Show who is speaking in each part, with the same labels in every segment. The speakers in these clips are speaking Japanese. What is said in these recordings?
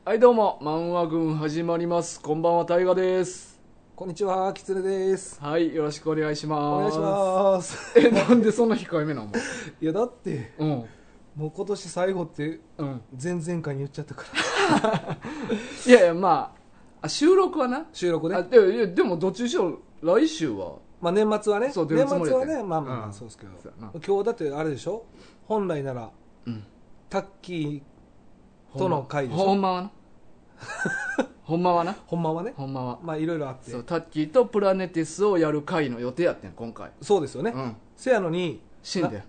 Speaker 1: はいどうも、漫画軍始まります。こんばんは、タイガです。
Speaker 2: こんにちは、キツネです。
Speaker 1: はい、よろしくお願いします。
Speaker 2: お願いします。
Speaker 1: なんでそんな控えめなの？
Speaker 2: いやだって、
Speaker 1: うん。
Speaker 2: もう今年最後って
Speaker 1: うん。
Speaker 2: 前々回に言っちゃったから。
Speaker 1: いやいや、まあ、収録はな。
Speaker 2: 収録ね。
Speaker 1: でもどっちにしろ来週は。
Speaker 2: まあ年末はね。
Speaker 1: そう、出るつもりやったよ。
Speaker 2: 年末はね、まあまあそうですけど。今日だってあれでしょ。本来なら、
Speaker 1: うん。
Speaker 2: タッキーとの回でしょ。
Speaker 1: ほんまはな。ほんまはな。
Speaker 2: ほんまはね。
Speaker 1: ほんまは。
Speaker 2: まあいろいろあって。
Speaker 1: そう、タッキーとプラネテスをやる回の予定やってん、今回。
Speaker 2: そうですよね。
Speaker 1: うん。
Speaker 2: せやのに、
Speaker 1: 死んで。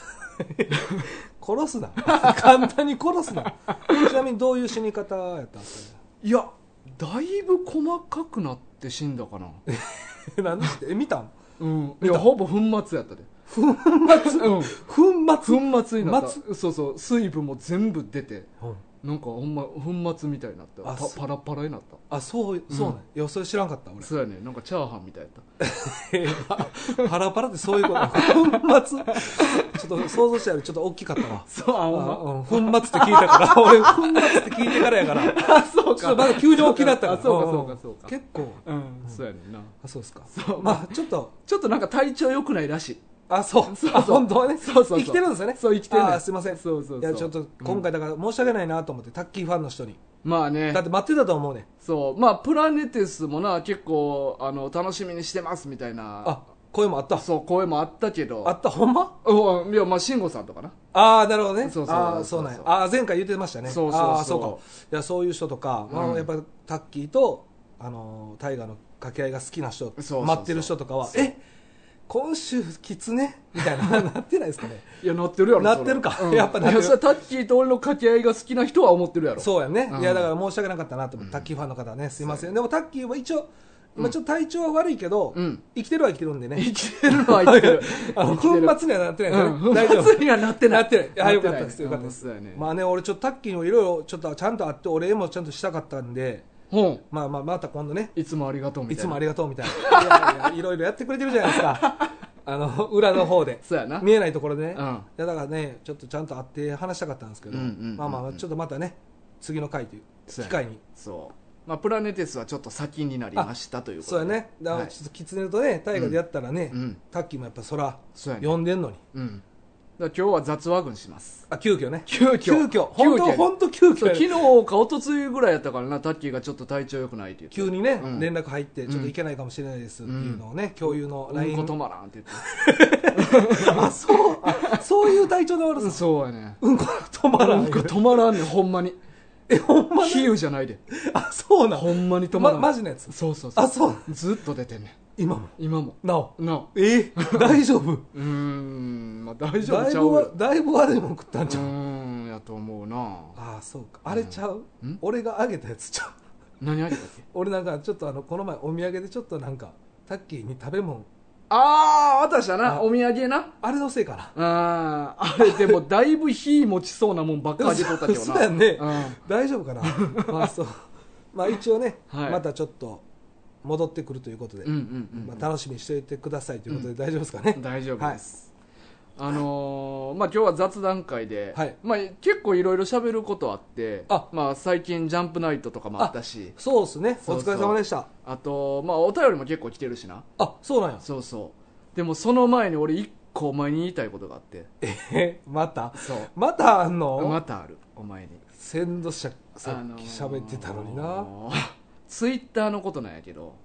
Speaker 2: 殺すな。簡単に殺すな。ちなみにどういう死に方やったんですか？
Speaker 1: いや、だいぶ細かくなって死んだかな。
Speaker 2: 何でして見たん？
Speaker 1: うん。いや、ほぼ粉末やったで。
Speaker 2: 粉末、うん、
Speaker 1: 粉末になった。そうそう、水分も全部出て、なんかほんま粉末みたいになった。パラパラになった。
Speaker 2: あ、そうなん、いやそれ知らんかった俺。
Speaker 1: そうやね、なんかチャーハンみたいやっ
Speaker 2: た。パラパラってそういうこと。粉末ちょっと想像したよりちょっと大きかったわ。
Speaker 1: そう、
Speaker 2: 粉末って聞いたから。俺粉末って聞いてからやから。
Speaker 1: あ、そうか。
Speaker 2: ちょっとまだ急に大きなったから。
Speaker 1: そうか。
Speaker 2: 結構。
Speaker 1: そうやねんな。
Speaker 2: あ、そうですか。
Speaker 1: そう、
Speaker 2: まあちょっと
Speaker 1: なんか体調良くないらしい。
Speaker 2: あ、そう。本当はね。
Speaker 1: そう。
Speaker 2: 生きてるんですよね。
Speaker 1: そう、生きてるね。
Speaker 2: すいません。
Speaker 1: そう。
Speaker 2: いや、ちょっと今回だから申し訳ないなと思って、タッキーファンの人に。
Speaker 1: まあね。
Speaker 2: だって待ってたと思うね。
Speaker 1: そう。まあ、プラネテスもな、結構、楽しみにしてますみたいな。
Speaker 2: あ、声もあった。
Speaker 1: そう、声もあったけど。
Speaker 2: あった、ほんま？
Speaker 1: いや、まあ、慎吾さんとかな。
Speaker 2: ああ、なるほどね。
Speaker 1: そう
Speaker 2: なんや。ああ、前回言ってましたね。
Speaker 1: そう。
Speaker 2: ああ、そうか。いや、そういう人とか、やっぱタッキーと、タイガーの掛け合いが好きな人、待ってる人とかは、今週キツネみたいななってないですかね。
Speaker 1: いや、なってるやろ。
Speaker 2: なってるか。やっぱなってる。
Speaker 1: いや、タッキーと俺の掛け合いが好きな人は思ってるやろ。
Speaker 2: そうやね。いや、だから申し訳なかったなと思って、タッキーファンの方はね、すいません。でもタッキーは一応、今ちょっと体調は悪いけど、生きてるは生きてるんでね。
Speaker 1: 生きてるのは生きてる。
Speaker 2: 粉末にはなってないですね。大丈夫。
Speaker 1: 粉末にはなってない。
Speaker 2: なってない。あ、よかったです。よかったです。まあね、俺ちょっとタッキーにもいろいろちょっとちゃんと会って、お礼もちゃんとしたかったんで、まあまた今度ね。
Speaker 1: いつもありがとうみたいな。
Speaker 2: いつもありがとうみたいな。いや、いろいろやってくれてるじゃないですか。裏の方で。
Speaker 1: そうやな。
Speaker 2: 見えないところでね。いや、だからね、ちょっとちゃんと会って話したかったんですけど、まあ、ちょっとまたね、次の回という機会に。
Speaker 1: そう。まあ、プラネテスはちょっと先になりましたということで。
Speaker 2: そうやね。だからちょっとキツネとね、タイガでやったらね、タッキーもやっぱ空、呼んでんのに。
Speaker 1: 今日は雑話群します。
Speaker 2: あ、急遽ね。
Speaker 1: 急遽。
Speaker 2: 本当急遽。
Speaker 1: 昨日か一昨日ぐらいやったからな、タッキーがちょっと体調良くないって言って。
Speaker 2: 急にね、連絡入って、ちょっと行けないかもしれないですっていうのをね、共有の
Speaker 1: LINE。うんこ止まらんって言って。
Speaker 2: そういう体調の悪さ。
Speaker 1: そうやね。
Speaker 2: うんこ止まらん。
Speaker 1: うんこ止まらんねん、ほんまに。
Speaker 2: ほんまに
Speaker 1: 比喩じゃないで。
Speaker 2: あ、そうなん。
Speaker 1: ほんまに止まらん。
Speaker 2: マジのやつ。
Speaker 1: そう。
Speaker 2: あ、そう。
Speaker 1: ずっと出てんねん。
Speaker 2: 今も。
Speaker 1: なお。
Speaker 2: 大丈夫？
Speaker 1: まあ大丈夫ちゃうよ。
Speaker 2: だいぶ悪いもん食ったんちゃ
Speaker 1: う？やと思うな。
Speaker 2: あ、そうか。あれちゃう？俺があげたやつちゃう？
Speaker 1: 何あげたっけ？
Speaker 2: 俺なんかちょっとこの前お土産でちょっとなんかタッキーに食べ物。
Speaker 1: 渡したな、お土産な。
Speaker 2: あれのせいか
Speaker 1: な。あれでもだいぶ火持ちそうなもんばっかりあげとったけどな。
Speaker 2: そうやね。大丈夫かな。まあそう。まあ一応ね、またちょっと戻ってくるということで、楽しみにしておいてくださいということで大丈夫ですかね。
Speaker 1: 大丈夫です。まあ今日は雑談会で、まあ結構いろいろ喋ることあって、まあ最近ジャンプナイトとかもあったし、
Speaker 2: そうですね。お疲れ様でした。
Speaker 1: あとまあお便りも結構来てるしな。
Speaker 2: あ、そうなんや。
Speaker 1: そう。でもその前に俺一個お前に言いたいことがあって。
Speaker 2: また？
Speaker 1: そう。
Speaker 2: またあんの？
Speaker 1: またある、お前に。
Speaker 2: 先導者さっき喋ってたのにな。
Speaker 1: ツイッターのことなんやけど、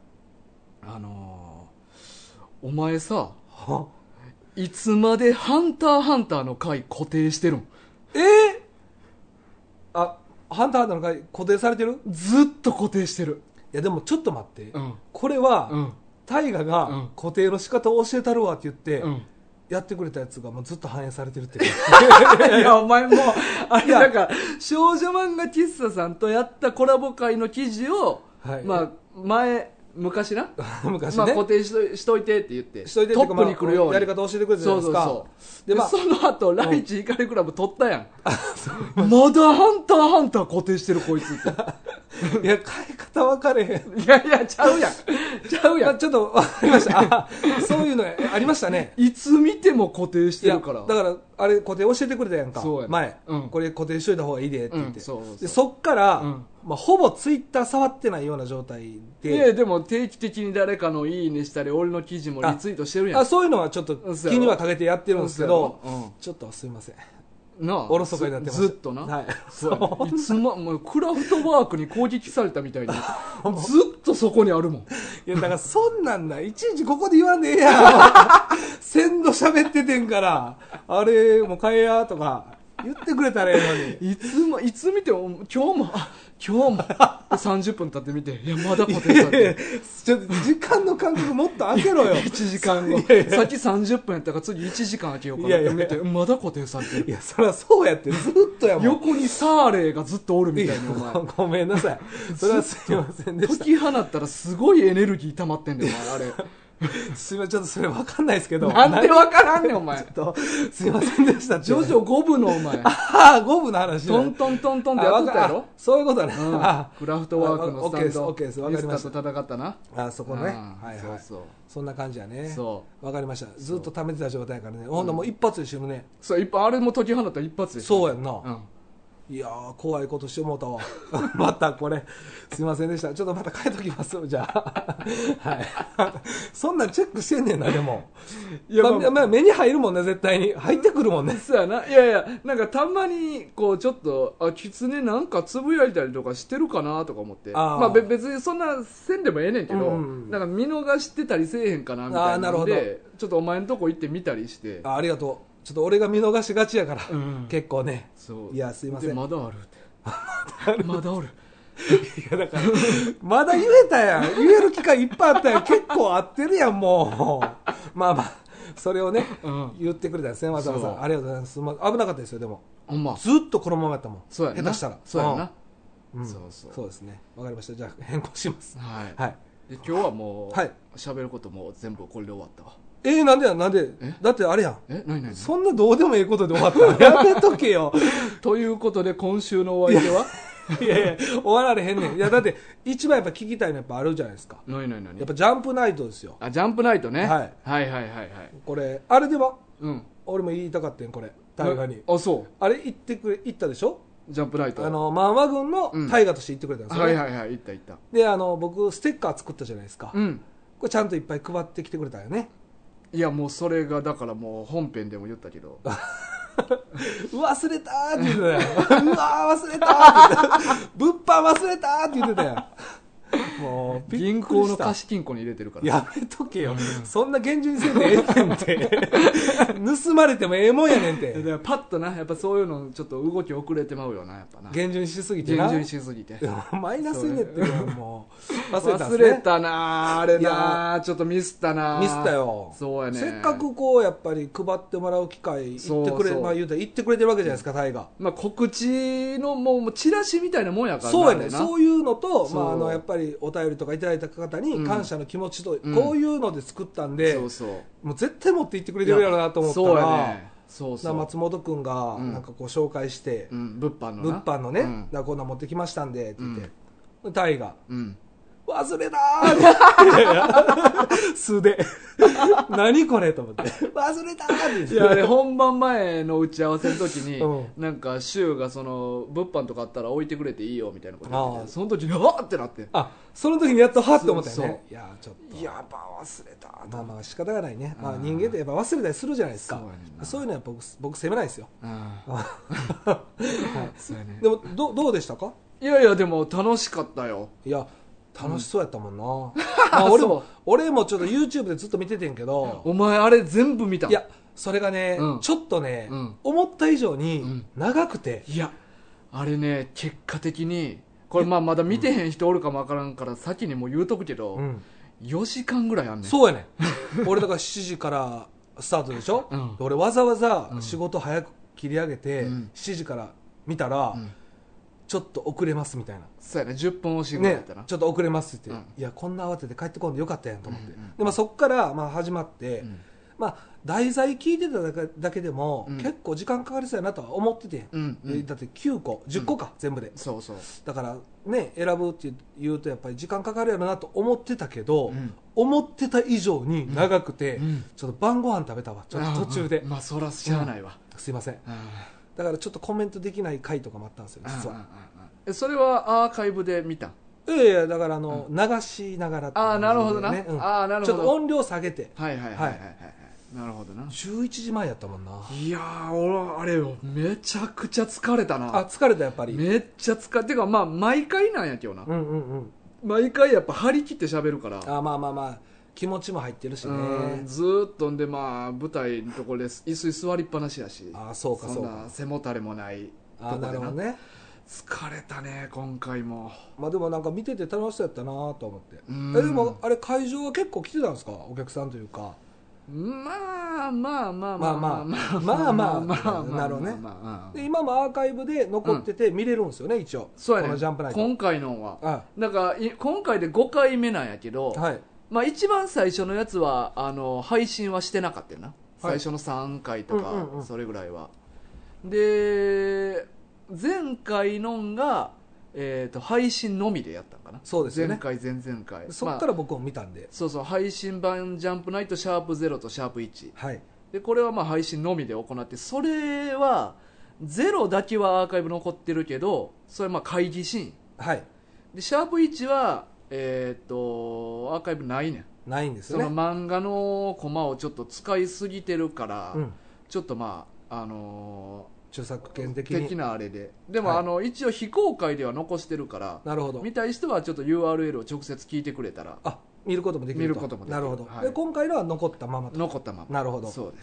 Speaker 1: お前さ、いつまでハンターハンターの回固定してるん？
Speaker 2: あ、ハンターハンターの回固定されてる？
Speaker 1: ずっと固定してる。
Speaker 2: いやでもちょっと待って、これは、タイガが固定の仕方を教えたるわって言って、やってくれたやつがもうずっと反映されてるって
Speaker 1: いやお前もあれなんか少女漫画喫茶さんとやったコラボ会の記事を、まあ昔な
Speaker 2: 昔ね、
Speaker 1: まあ、固定しといてって言って
Speaker 2: ト
Speaker 1: ップに来るように
Speaker 2: やり方教えてくれたじゃないですか。
Speaker 1: で、その後ライチ怒りクラブ撮ったやん。まだハンターハンター固定してるこいつって
Speaker 2: いや変え方分かれへん。
Speaker 1: いやいやちゃうやん
Speaker 2: ちょっと分かりましたそういうのありましたね。
Speaker 1: いつ見ても固定してるから。
Speaker 2: だからあれ固定教えてくれたやんか、
Speaker 1: そうやね
Speaker 2: 前、これ固定しといた方がいいでって言って、でそっから、ほぼツイッター触ってないような状態で。
Speaker 1: いやでも定期的に誰かのいいねしたり俺の記事もリツイートしてるやん。
Speaker 2: そういうのはちょっと気にはかけてやってるんですけど、ちょっとすいませんおろそかになってます。
Speaker 1: ずっとな、はい、そういつもうクラフトワークに攻撃されたみたいにずっとそこにあるもん。い
Speaker 2: やだからそんなんないちいちここで言わんでええやん鮮度喋っててんからあれもう変えやとか言ってくれたらええの
Speaker 1: にいつ見ても今日も30分経ってみていやまだ固定されてる
Speaker 2: ちょっと時間の感覚もっと開けろよ
Speaker 1: 1時間後さっき30分やったから次1時間開けようかなって見てまだ固定されてる。
Speaker 2: いやそりゃそうやってずっとやもん。
Speaker 1: 横にサーレーがずっとおるみたいにお前
Speaker 2: ごめんなさいそれはすいませんでした。
Speaker 1: 解き放ったらすごいエネルギー溜まってんだよお前あれ
Speaker 2: すいませんちょっとそれ分かんないですけど。
Speaker 1: なんで分からんねんお前。
Speaker 2: ちょっとすいませんでした
Speaker 1: ジョジョ5部のお前
Speaker 2: 5部の話
Speaker 1: トントントントンってやってたやろ。
Speaker 2: そういうことね、
Speaker 1: クラフトワークのスタンド
Speaker 2: オッケーです分かりました。
Speaker 1: ミスターと戦ったな
Speaker 2: そこね、はいはい、
Speaker 1: そう
Speaker 2: そんな感じやね。
Speaker 1: そう
Speaker 2: 分かりました。ずっと溜めてた状態からね、ほんともう一発で死ぬね。
Speaker 1: そうあれも解き放ったら一発で
Speaker 2: そうやんな、いやー怖いことしてもうたわまたこれすいませんでした。ちょっとまた変えときますじゃあはいそんなんチェックしてんねんな。でもいや、まあ、目に入るもんね。絶対に入ってくるもんね。
Speaker 1: そうやな。いやいやなんかたまにこうちょっとキツネなんかつぶやいたりとかしてるかなとか思って、まあ別にそんなせんでもええねんけど、なんか見逃してたりせえへんかなみたいなのでちょっとお前のとこ行ってみたりして。
Speaker 2: ありがとう。ちょっと俺が見逃しがちやから、結構ね。いやすいません。
Speaker 1: まだあるってまだおる
Speaker 2: いやだからまだ言えたやん。言える機会いっぱいあったやん。結構合ってるやんもうまあまあそれをね、言ってくれたんですねわざわざ。ありがとうございます。危なかったですよ。でもずっとこのままやったもん。
Speaker 1: そうやな。
Speaker 2: 下手したら
Speaker 1: そうやな。
Speaker 2: そうですね。わかりました。じゃあ変更します。
Speaker 1: はい。で今日はもう喋ることも全部これで終わったわ。
Speaker 2: なんでだってあれやん。
Speaker 1: 何
Speaker 2: そんなどうでもいいことで終わったやめとけよ
Speaker 1: ということで今週のお相手は
Speaker 2: いや終わられへんねん。いやだって一番やっぱ聞きたいのやっぱあるじゃないですか。
Speaker 1: 何や
Speaker 2: っぱジャンプナイトですよ。
Speaker 1: ジャンプナイトね。はい
Speaker 2: これあれでは俺も言いたかったんこれ大河に。
Speaker 1: そう
Speaker 2: あれ行ったでしょ。
Speaker 1: ジャンプナイト
Speaker 2: 漫画軍の大河として行ってくれたんですよね。
Speaker 1: 行った
Speaker 2: で僕ステッカー作ったじゃないですか。これちゃんといっぱい配ってきてくれたよね。
Speaker 1: いやもうそれがだからもう本編でも言ったけど
Speaker 2: 忘れたーって言ってたようわー忘れたーって言って物販忘れたーって言ってたよもう
Speaker 1: 銀行の貸金庫に入れてるから。
Speaker 2: やめとけよ、そんな厳重にせんでええねんって盗まれてもええもんやねんて
Speaker 1: パッとなやっぱそういうのちょっと動き遅れてまうよな。やっぱな
Speaker 2: 厳重にしすぎてな。
Speaker 1: 厳重にしすぎて
Speaker 2: マイナスにねってもう
Speaker 1: 忘れたなあれな。ちょっとミスったな。
Speaker 2: ミスったよ。
Speaker 1: そうやね。
Speaker 2: せっかくこうやっぱり配ってもらう機会言ってくれ言うたら言ってくれてるわけじゃないですかタイが。
Speaker 1: 告知のもうチラシみたいなもんやから。
Speaker 2: そうやね。そういうのとやっぱりお便りとかいただいた方に感謝の気持ちとこういうので作ったんでもう絶対持って行ってくれてるやろうなと思ったら松本くんがなんかこう紹介して
Speaker 1: 物販の
Speaker 2: ねこんなん持ってきましたんでって言ってタイが忘れたー素で何これと思って忘れたーって。
Speaker 1: いやあれ本番前の打ち合わせの時になんか柊がその物販とかあったら置いてくれていいよみたいなこと言ってその時にわーってなって、
Speaker 2: その時にやっとはって思ったよね。いやちょっと
Speaker 1: やっぱ忘れた。
Speaker 2: まあ仕方がないね。人間ってやっぱ忘れたりするじゃないですか。そういうのは僕責めないですよ。でもどうでしたか。
Speaker 1: いやでも楽しかったよ。
Speaker 2: いや楽しそうやったもんな俺もちょっと YouTube でずっと見ててんけど。
Speaker 1: お前あれ全部見た。
Speaker 2: いやそれがねちょっとね思った以上に長くて。
Speaker 1: いやあれね結果的にこれまだ見てへん人おるかもわからんから先にもう言うとくけど4時間ぐらいあんねん。
Speaker 2: そうやねん俺だから7時からスタートでしょ。俺わざわざ仕事早く切り上げて7時から見たらちょっと遅れますみたいな。
Speaker 1: そうやね10分押しぐらいだったな。
Speaker 2: ちょっと遅れますって言っていやこんな慌てて帰ってこんでよかったやんと思って。でそっから始まってまあ題材聞いてただけでも、結構時間かかりそうやなとは思ってて、だって9個10個か、全部で、
Speaker 1: そうそう、
Speaker 2: だからね選ぶっていうとやっぱり時間かかるやろなと思ってたけど、思ってた以上に長くて、ちょっと晩ご飯食べたわ、ちょっと途中で、
Speaker 1: まあそらしゃあないわ、
Speaker 2: すいません、だからちょっとコメントできない回とかもあったんですよ実は。
Speaker 1: それはアーカイブで見た？
Speaker 2: いやいや、だから流しながらって、
Speaker 1: ああなるほどな、ああなるほど、
Speaker 2: ちょっと音量下げて、
Speaker 1: はいはいはいはいはい、なるほどな。
Speaker 2: 11時前やったもんな。
Speaker 1: いやー俺あれよ、めちゃくちゃ疲れたな。
Speaker 2: あ、疲れたやっぱり。
Speaker 1: めっちゃ疲れてか、まあ毎回なんやけどな、毎回やっぱ張り切って喋るから、
Speaker 2: あ、まあまあまあ気持ちも入ってるしね、
Speaker 1: ずーっとんで、まあ舞台のところで椅子に座りっぱなしやし、
Speaker 2: あ、そうかそうか、
Speaker 1: そんな背もたれもないとこでな。
Speaker 2: なるほどね。
Speaker 1: 疲れたね今回も。
Speaker 2: まあでもなんか見てて楽しそうやったなと思って。でもあれ会場は結構来てたんですか、お客さんというか。
Speaker 1: まあまあまあまあ
Speaker 2: まあまあまあなるほどね。で今もアーカイブで残ってて見れるんですよね、一応。
Speaker 1: そうやね、
Speaker 2: このジャンプナイト
Speaker 1: 今回のは。なんか今回で5回目なんやけど、まあ一番最初のやつは配信はしてなかったよな、最初の3回とかそれぐらいは。で前回のんが配信のみでやったんかな。
Speaker 2: そうですよね、
Speaker 1: 前回前々回。
Speaker 2: そっから僕も見たんで、
Speaker 1: そうそう、配信版ジャンプナイトシャープ0とシャープ1、
Speaker 2: はい、
Speaker 1: でこれはまあ配信のみで行って、それは0だけはアーカイブ残ってるけど、それはまあ会議シーン、
Speaker 2: はい、
Speaker 1: でシャープ1はアーカイブないねん、
Speaker 2: ないんですよね。
Speaker 1: その漫画のコマをちょっと使いすぎてるから、ちょっとまあ
Speaker 2: 著作権的
Speaker 1: なあれで、でも、一応非公開では残してるから、
Speaker 2: なるほど、
Speaker 1: 見たい人はちょっと URL を直接聞いてくれたら
Speaker 2: 見ることもできると。
Speaker 1: 見ることもできる。
Speaker 2: なるほど、で今回のは残ったままと。
Speaker 1: 残ったまま。
Speaker 2: なるほど、
Speaker 1: そうです。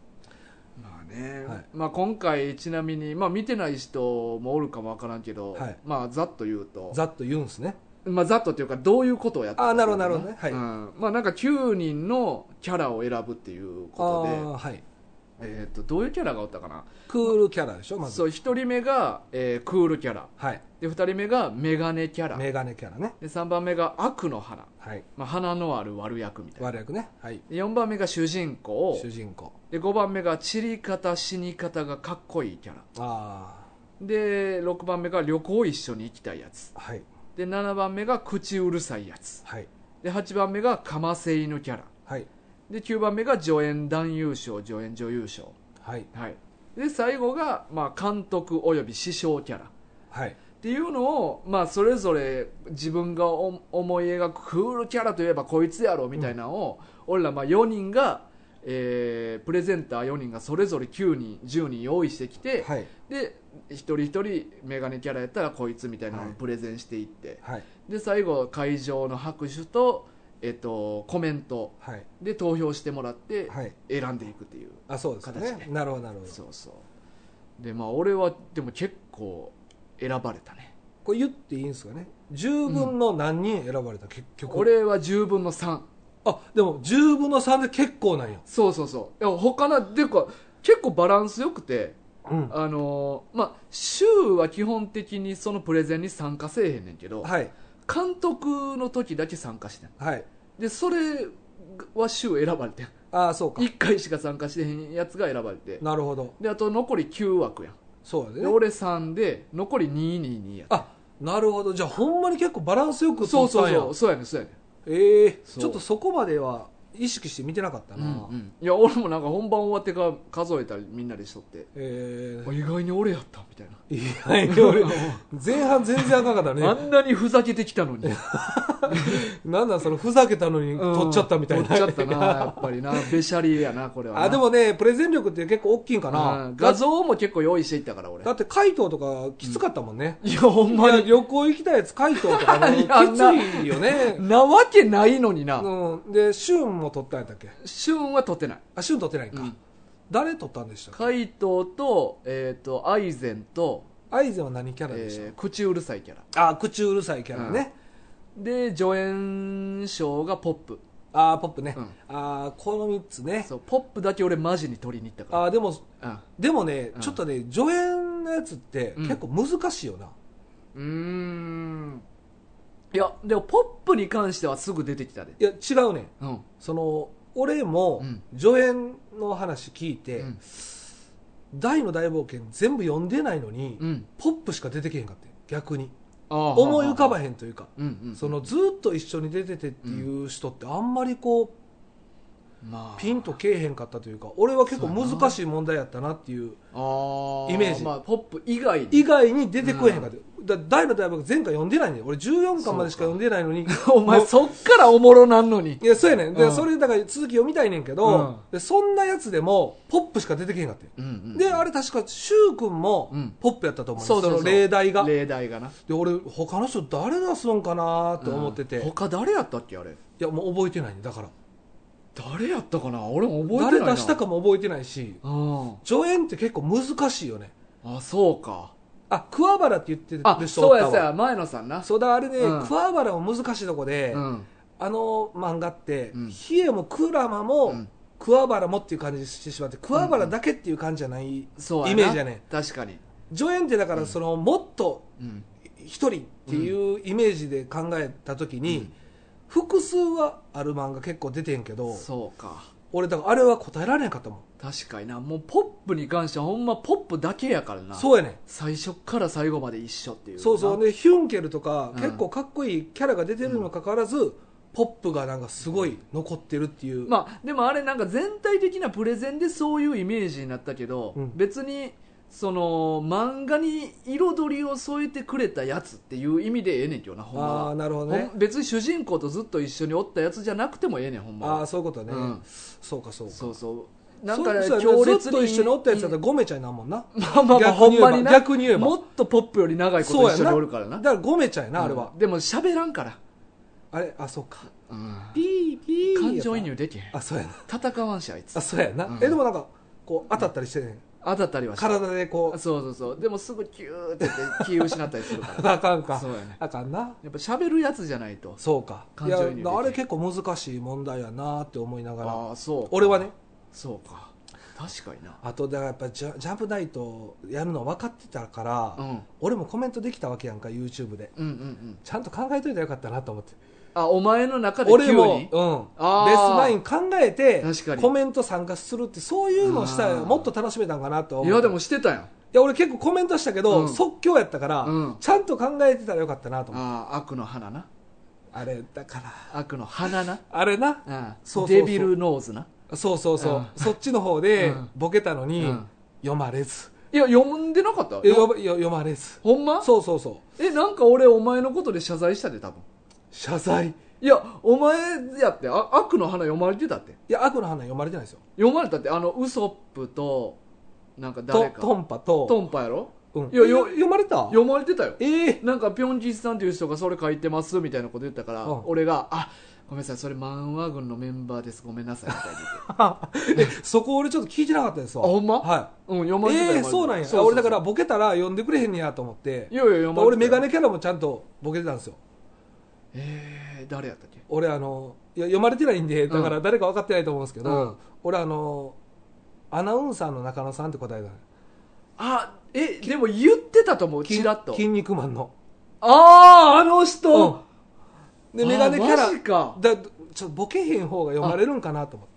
Speaker 1: まあね、まあ、今回ちなみに、まあ、見てない人もおるかもわからんけど、まあざっと言うと、
Speaker 2: ざっと言うんですね。
Speaker 1: まあ、ざっとっていうかどういうことをやったか。
Speaker 2: なるほどなるほどね、はい、
Speaker 1: まあなんか9人のキャラを選ぶっていうことで、どういうキャラがおったかな。
Speaker 2: クールキャラでしょ、まず。
Speaker 1: そう、1人目が、クールキャラ、で2人目がメガネキャラ、
Speaker 2: メガネキャラね。
Speaker 1: で3番目が悪の花、まあ、花のある悪役みたいな、
Speaker 2: 悪役ね、
Speaker 1: で4番目が主人公、で5番目が散り方死に方がかっこいいキャラ、で6番目が旅行一緒に行きたいやつ、で7番目が口うるさいやつ、で8番目がかませ犬キャラ、で9番目が助演男優賞助演女優賞、で最後が、まあ、監督および師匠キャラ、っていうのを、まあ、それぞれ自分が思い描くクールキャラといえばこいつやろみたいなのを、俺らまあ4人が、プレゼンター4人がそれぞれ9人10人用意してきて、で一人一人メガネキャラやったらこいつみたいなのをプレゼンしていって、で最後会場の拍手とコメントで投票してもらって選んでいくっていう形で、
Speaker 2: なるほどなるほど。
Speaker 1: そうそうで、まあ俺はでも結構選ばれたね。
Speaker 2: これ言っていいんですかね、10分の何人選ばれた、結局。
Speaker 1: 俺は10分の3。
Speaker 2: でも10分の3で結構なんや。
Speaker 1: そうそうそう。いや他のでか結構バランスよくて、まあ週は基本的にそのプレゼンに参加せえへんねんけど、監督の時だけ参加してん、でそれは週選ばれてん。
Speaker 2: そうか、
Speaker 1: 1回しか参加してへんやつが選ばれて、
Speaker 2: なるほど。
Speaker 1: であと残り9枠やん。
Speaker 2: そうやね。
Speaker 1: で俺3で残り222やった。
Speaker 2: なるほど。じゃあほんまに結構バランスよく撮ったんや。
Speaker 1: そうやね。
Speaker 2: ちょっとそこまでは意識して見てなかったな、
Speaker 1: いや俺もなんか本番終わってから数えたりみんなでしとって、意外に俺やったみたいな。
Speaker 2: 意外に俺前半全然あかんかったね。
Speaker 1: あんなにふざけてきたのに
Speaker 2: なんだそのふざけたのに撮っちゃったみたいな、
Speaker 1: 撮っちゃったなやっぱりな。べしゃりやなこれはな。
Speaker 2: でもねプレゼン力って結構大きいんかな、
Speaker 1: 画像も結構用意していったから俺。
Speaker 2: だって怪盗とかきつかったもんね、
Speaker 1: いやほんまに
Speaker 2: 旅行行きたいやつ怪盗とかきついよね
Speaker 1: なわけないのにな。
Speaker 2: でシュンも撮ったんやったっけ。
Speaker 1: シュンは撮ってない。
Speaker 2: シュン撮ってないんか、誰撮ったんでしたっけ。
Speaker 1: 怪盗と、アイゼンと、
Speaker 2: アイゼンは何キャラでした、
Speaker 1: 口うるさいキャラ。
Speaker 2: 口うるさいキャラね、
Speaker 1: で助演賞がポップ。
Speaker 2: ポップね、この3つね。
Speaker 1: そうポップだけ俺マジに取りに行ったから。
Speaker 2: でもね、ちょっとね助演のやつって結構難しいよな。い
Speaker 1: やでもポップに関してはすぐ出てきたで。
Speaker 2: いや違うね、その俺も助演の話聞いて、大の大冒険全部読んでないのに、ポップしか出てけへんかって逆に思い浮かばへんというか、そのずっと一緒に出ててっていう人ってあんまりこう、ピンとけえへんかったというか、俺は結構難しい問題やったなっていうイメージ。
Speaker 1: ポップ以外
Speaker 2: に出てこえへんかって、大の大冒険前回読んでないねん俺。14巻までしか読んでないのに
Speaker 1: お前そっからおもろなんのに。
Speaker 2: いやそうやねん。でそれだから続き読みたいねんけど、でそんなやつでもポップしか出てけへんかって、であれ確か柊君もポップやったと思うんですよ、その例題が
Speaker 1: な。
Speaker 2: で俺他の人誰出すのかなって思ってて、
Speaker 1: 他誰やったっけあれ。い
Speaker 2: やもう覚えてないね。だから
Speaker 1: 誰やったかな、俺も覚えてないな。
Speaker 2: 誰出したかも覚えてないし、助演って結構難しいよね。
Speaker 1: あ、そうか。
Speaker 2: 桑原って言ってる人おったわ。
Speaker 1: そうやそうや、前野さんな。
Speaker 2: そうだ、あれね、桑原も難しいとこで、あの漫画って、比叡も鞍馬も、桑原もっていう感じにしてしまって、桑原だけっていう感じじゃないイメージやね。
Speaker 1: 確かに。
Speaker 2: 助演ってだからその、もっと一人っていうイメージで考えたときに、複数はある漫画結構出てんけど、
Speaker 1: そうか。
Speaker 2: 俺だからあれは答えられなかったもん。
Speaker 1: 確かにな。もうポップに関してはほんまポップだけやからな。
Speaker 2: そうやね。
Speaker 1: 最初から最後まで一緒っていう。
Speaker 2: そうそう。でヒュンケルとか、結構かっこいいキャラが出てるにもかかわらず、ポップがなんかすごい残ってるっていう。
Speaker 1: でもあれなんか全体的なプレゼンでそういうイメージになったけど、別にその漫画に彩りを添えてくれたやつっていう意味でええねんけどな、ほんまは。
Speaker 2: なるほどね。
Speaker 1: 別に主人公とずっと一緒におったやつじゃなくてもええねん、ほんまは。
Speaker 2: そういうことね。そうかそうか。
Speaker 1: そうそう。なんか
Speaker 2: 強烈にずっと一緒におったやつだったらゴメちゃんになんもんな。
Speaker 1: ほんまにな。
Speaker 2: 逆に言えば
Speaker 1: もっとポップより長いこと一緒におるからな。
Speaker 2: だからゴメちゃんやな、あれは。
Speaker 1: でも喋らんから。
Speaker 2: あれ、そうか。
Speaker 1: ピーピー。感情移入できへん。
Speaker 2: そうやな。
Speaker 1: 戦わんしあいつ。
Speaker 2: そうやな。でもなんかこう当たったりしてね。
Speaker 1: 当たったりはして
Speaker 2: 体でこう。
Speaker 1: そうでもすぐキューって気失ったりするから
Speaker 2: あかんか。
Speaker 1: そうやね。
Speaker 2: あかんな。
Speaker 1: やっぱ喋るやつじゃないと。
Speaker 2: そうか。
Speaker 1: 感情移入できへん。
Speaker 2: あれ結構難しい問題やなって思いながら。
Speaker 1: そう。
Speaker 2: 俺はね。
Speaker 1: そうか。確かにな。
Speaker 2: あとだからやっぱジャンプナイトやるの分かってたから、俺もコメントできたわけやんか YouTube で、ちゃんと考えといたらよかったなと思って。
Speaker 1: お前の中で急に
Speaker 2: 俺も、ベースナイン考えてコメント参加するってそういうのをしたらもっと楽しめたんかなと思う。
Speaker 1: いやでもしてたやん。い
Speaker 2: や俺結構コメントしたけど、即興やったから、ちゃんと考えてたらよかったなと思って。
Speaker 1: 悪の花な。
Speaker 2: あれだから
Speaker 1: 悪の花な。
Speaker 2: あれな、
Speaker 1: デビルノーズな。
Speaker 2: そっちの方でボケたのに、読まれず。
Speaker 1: いや読んでなかった。
Speaker 2: 読まれず。
Speaker 1: ほんま。
Speaker 2: そう
Speaker 1: なんか俺お前のことで謝罪したで多分。
Speaker 2: 謝罪。
Speaker 1: いやお前やって悪の花読まれてたって。
Speaker 2: いや悪の花読まれてないですよ。
Speaker 1: 読まれたってウソップとなんか誰か
Speaker 2: トンパやろ。
Speaker 1: いや
Speaker 2: 読まれた。
Speaker 1: 読まれてたよ。なんかピョンジスさんという人がそれ書いてますみたいなこと言ったから、俺がごめんなさいそれ漫画軍のメンバーですごめんなさいみたいに
Speaker 2: そこ俺ちょっと聞いてなかったですわ。
Speaker 1: ほんま。
Speaker 2: はい。
Speaker 1: 読まれてた。
Speaker 2: そうなんや。俺だからボケたら読んでくれへんねやと思って。
Speaker 1: いや読まれてた。
Speaker 2: 俺メガネキャラもちゃんとボケてたんですよ。
Speaker 1: 誰やったっけ。
Speaker 2: 俺いや読まれてないんでだから誰か分かってないと思うんですけど、俺アナウンサーの中野さんって答えた。
Speaker 1: でも言ってたと思う。チラッと
Speaker 2: 筋肉マンの
Speaker 1: あの人、
Speaker 2: でメガネキャラ
Speaker 1: マジか。
Speaker 2: ちょっとボケへん方が読まれるんかなと思って。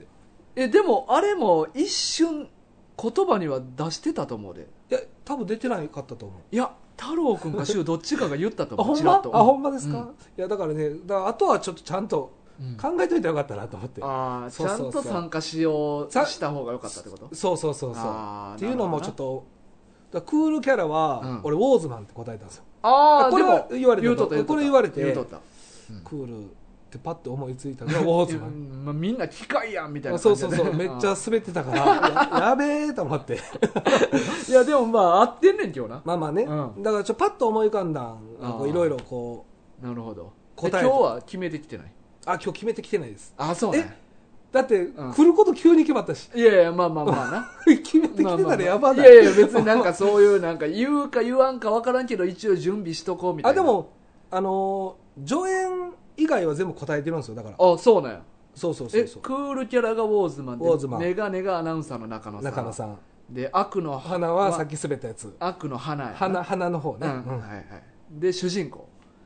Speaker 1: でもあれも一瞬言葉には出してたと思うで。
Speaker 2: いや多分出てないかったと思う。
Speaker 1: いや太郎くんか柊どっちかが言ったと思う。
Speaker 2: ほんまですか。いやだからね、あとはちょっとちゃんと考えといたらよかったなと思って。
Speaker 1: ちゃんと参加した方がよかったってこと。
Speaker 2: そうっていうのもちょっとクールキャラは俺ウォーズマンって答えたんですよ。これは言われて、これ言われてクールってパッと思いついたのがウォーズマン。
Speaker 1: みんな機械やんみたいな感じで。
Speaker 2: そうめっちゃ滑ってたからやべえと思って。
Speaker 1: いやでも合ってんねん今日な。
Speaker 2: まあね、だからパッと思い浮かんだんいろいろこう。
Speaker 1: なるほど。今日は決めてきてない。
Speaker 2: 今日決めてきてないです。
Speaker 1: そうね。
Speaker 2: だって来ること急に決まったし。
Speaker 1: いやいやまあな。
Speaker 2: 決めてきてたらやばない。
Speaker 1: いや別になんかそういうなんか言うか言わんか分からんけど一応準備しとこうみたいな。
Speaker 2: でも助演以外は全部答えてるんですよ。だから
Speaker 1: そうなんや。
Speaker 2: そう
Speaker 1: クールキャラがウォーズマンでメガネがアナウンサーの中野さんで悪の
Speaker 2: 花はさっき滑ったやつ。
Speaker 1: 悪の花や
Speaker 2: 花の方ね。はい。
Speaker 1: で主人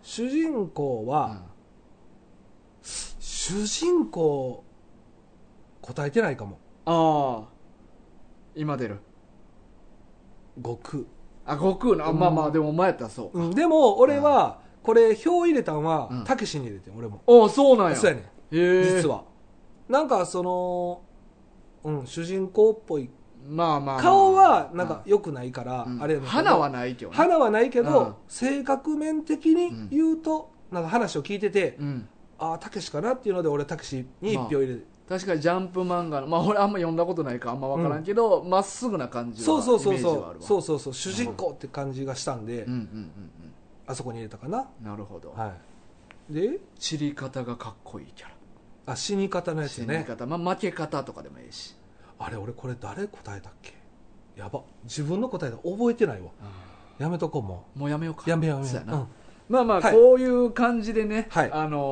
Speaker 1: 公
Speaker 2: は主人公答えてないかも。
Speaker 1: ああ今出る
Speaker 2: 悟空。
Speaker 1: 悟空な、まあまあでもお前やったらそうか、
Speaker 2: でも俺はこれ票入れたんはたけしに入れてん俺も。
Speaker 1: そうなんや。
Speaker 2: そうやねん実は。なんかその主人公っぽい、
Speaker 1: まあまあ
Speaker 2: 顔はなんか良くないからあれやねんけど、
Speaker 1: 花はないけどね。
Speaker 2: 花はないけど性格面的に言うとなんか話を聞いてて、ああたけしかなっていうので俺たけしに1票入れて、
Speaker 1: 確かにジャンプ漫画の、まあ俺あんま読んだことないからあんま分からんけど、まっすぐな感じはイメージはあるわ。
Speaker 2: そう主人公って感じがしたんで、あそこに入れたかな。
Speaker 1: なるほど。
Speaker 2: で
Speaker 1: 散り方がかっこいいキャラ。
Speaker 2: 死に方のやつね。
Speaker 1: 死に方、負け方とかでもいいし。
Speaker 2: あれ俺これ誰答えたっけ。やば、自分の答え覚えてないわ。やめとこう。
Speaker 1: もうやめようか。
Speaker 2: やめよう。
Speaker 1: そうやな。まあまあこういう感じでね、まあ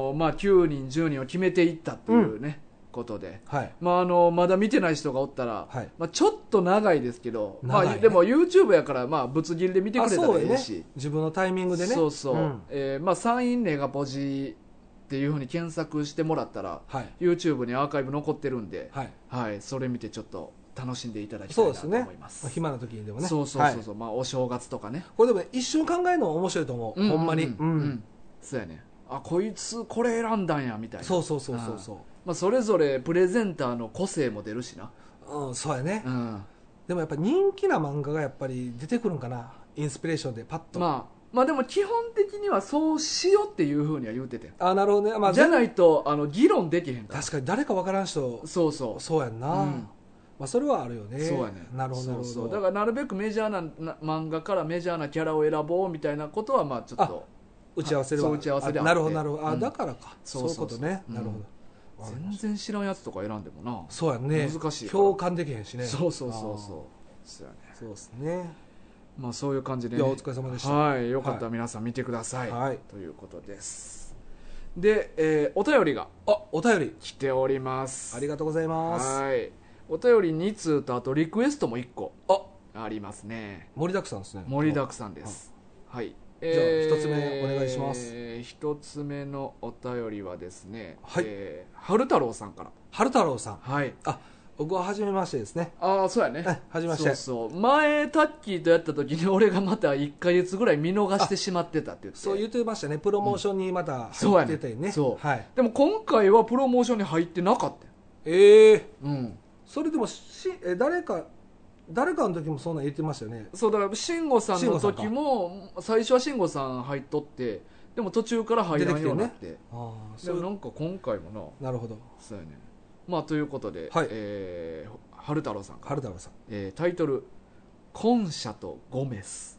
Speaker 1: 9人10人を決めていったっていうね、ことで、まあまだ見てない人がおったら、まあちょっと長いですけど、まあでも YouTube やからまあぶつ切りで見てくれたらいいし、
Speaker 2: 自分のタイミングでね。
Speaker 1: まあ山陰ネガポジっていうふうに検索してもらったら、YouTube にアーカイブ残ってるんで、それ見てちょっと楽しんでいただきたいなと思います。
Speaker 2: 暇な時にでもね。
Speaker 1: まあお正月とかね。
Speaker 2: これでも一瞬考えるのも面白いと思う。ほんまに。
Speaker 1: そうやね。こいつこれ選んだんやみたいな。
Speaker 2: そう
Speaker 1: まあそれぞれプレゼンターの個性も出るしな。
Speaker 2: そうやね。でもやっぱ人気な漫画がやっぱり出てくるんかな。インスピレーションでパッと。
Speaker 1: まあでも基本的にはそうしようっていうふうには言うてて。
Speaker 2: なるほどね。
Speaker 1: じゃないと議論できへんから。
Speaker 2: 確かに誰かわからん人。そうやんな。まあそれはあるよね。
Speaker 1: そうやね。
Speaker 2: なるほど。
Speaker 1: だからなるべくメジャーな漫画からメジャーなキャラを選ぼうみたいなことはまあちょっと
Speaker 2: 打ち合わせでは。
Speaker 1: 打ち合わせで
Speaker 2: なるほど。だからか。そういうことね。なるほど。
Speaker 1: 全然知らんやつとか選んでもな。
Speaker 2: そうやね。
Speaker 1: 難しい。
Speaker 2: 共感できへんしね。
Speaker 1: そうそうやね。
Speaker 2: そうですね。
Speaker 1: まあそういう感じで、
Speaker 2: お疲れ様でした。
Speaker 1: はい、よかったら皆さん見てください。ということです。で、お便りが
Speaker 2: お便り
Speaker 1: 来ております。
Speaker 2: ありがとうございます。
Speaker 1: はい。お便り2通とあとリクエストも1個ありますね。
Speaker 2: 盛りだくさんですね。
Speaker 1: 盛りだくさんです。はい。
Speaker 2: じゃあ1つ目お願いします。
Speaker 1: 1つ目のお便りはですね、
Speaker 2: はい
Speaker 1: 春太郎さんから。
Speaker 2: 春太郎さん。
Speaker 1: はい。
Speaker 2: 僕は初めましてですね。
Speaker 1: そうやね。
Speaker 2: 初めまして。
Speaker 1: 前タッキーとやった時に俺がまた1ヶ月ぐらい見逃してしまってたって言って。
Speaker 2: そう言ってましたね。プロモーションにまた入ってたよね。
Speaker 1: でも今回はプロモーションに入ってなかったよ。
Speaker 2: それでも誰かの時もそんなん言ってましたよね。
Speaker 1: そうだから慎吾さんの時も最初は慎吾さん入っとって、でも途中から入らんようになって、でもなんか今回も
Speaker 2: なるほど。
Speaker 1: そうやね。まあということで、春太郎さん、タイトルコンシャとゴメス。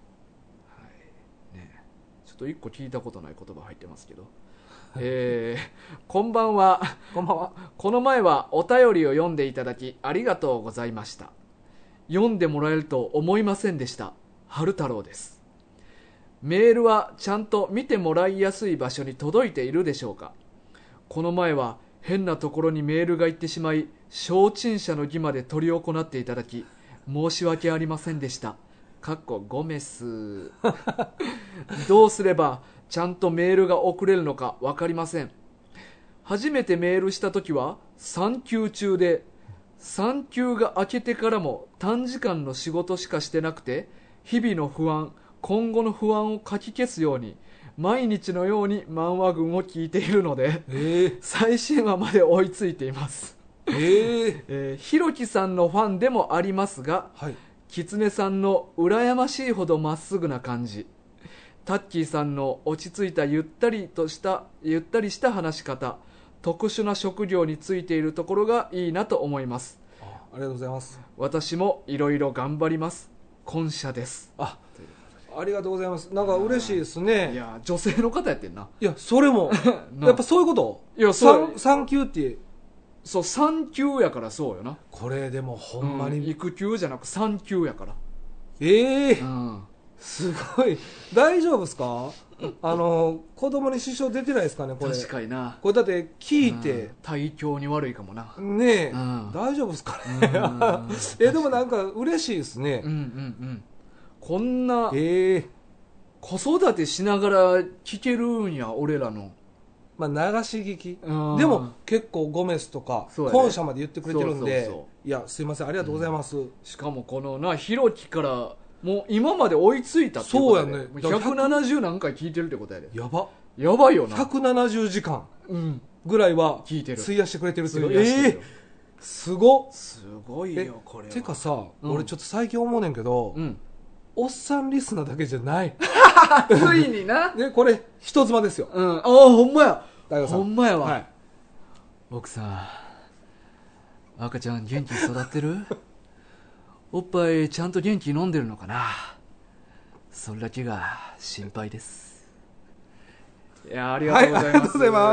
Speaker 1: ね、ちょっと一個聞いたことない言葉入ってますけど、こんばんは。この前はお便りを読んでいただきありがとうございました。読んでもらえると思いませんでした。春太郎です。メールはちゃんと見てもらいやすい場所に届いているでしょうか。この前は変なところにメールが行ってしまい、承知者の儀まで執り行っていただき申し訳ありませんでした。ゴメス。どうすればちゃんとメールが送れるのか分かりません。初めてメールした時は産休中で、産休が明けてからも短時間の仕事しかしてなくて、日々の不安、今後の不安をかき消すように毎日のように漫画群を聞いているので、最新話まで追いついています。ひろきさんのファンでもありますが、きつねさんの羨ましいほどまっすぐな感じ、タッキーさんの落ち着いたゆったりした話し方、特殊な職業についているところがいいなと思います。
Speaker 2: ありがとうございます。
Speaker 1: 私もいろいろ頑張ります。今社です。
Speaker 2: ありがとうございます。なんか嬉しいですね。
Speaker 1: いや女性の方やってんな。
Speaker 2: いやそれもやっぱそういうこと。いや産休って
Speaker 1: そう産休やからそうよな。
Speaker 2: これでもほんまに、
Speaker 1: 育休じゃなく産休やから。
Speaker 2: すごい。大丈夫ですか？子供に支障出てないですかねこれ。
Speaker 1: 確かにな。
Speaker 2: これだって聞いて、
Speaker 1: 体調に悪いかもな。
Speaker 2: ねえ、大丈夫ですかね。でもなんか嬉しいですね。
Speaker 1: こんな子育てしながら聞けるんや俺らの
Speaker 2: まあ、流し聞きでも結構ゴメスとか本社まで言ってくれてるんで、いやすいませんありがとうございます、
Speaker 1: しかもこのなひろきからもう今まで追いついたっていうことで、そうやね、170何回聞いてるってことやで。やばいよな。
Speaker 2: 170時間ぐらいは
Speaker 1: 聞いてる、
Speaker 2: 費やしてくれてるっていう。すご
Speaker 1: いよこれは。
Speaker 2: てかさ、俺ちょっと最近思うねんけど、おっさんリスナーだけじゃない
Speaker 1: ついにな
Speaker 2: でこれ人妻ですよ。
Speaker 1: ああほんまや、ほんまやわ、
Speaker 2: はい、
Speaker 1: 奥さん赤ちゃん元気育ってるおっぱいちゃんと元気飲んでるのかな、それだけが心配です。いやありがとうございます、はい、ありがとうございます。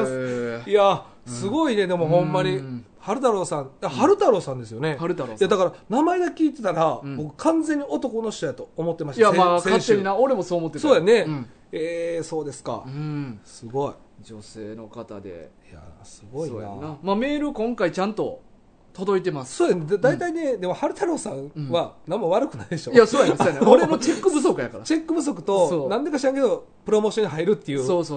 Speaker 2: いやすごいね、でもほんまに春太郎さん、春太郎さんですよね。
Speaker 1: 春太郎さん。
Speaker 2: いやだから名前だけ聞いてたら、僕完全に男の人やと思ってました。
Speaker 1: いやまあ勝手にな、俺もそう思ってた。
Speaker 2: そうやね、そうですか、すごい
Speaker 1: 女性の方で。
Speaker 2: いやすごい な。
Speaker 1: まあ、メール今回ちゃんと届いてます。
Speaker 2: そうやね、大体ね、でも春太郎さんは何も悪くないでしょ。
Speaker 1: いやそうやね、そうやね俺のチェック不足やから。
Speaker 2: チェック不足となんでか知らんけどプロモーションに入るっていう。
Speaker 1: そう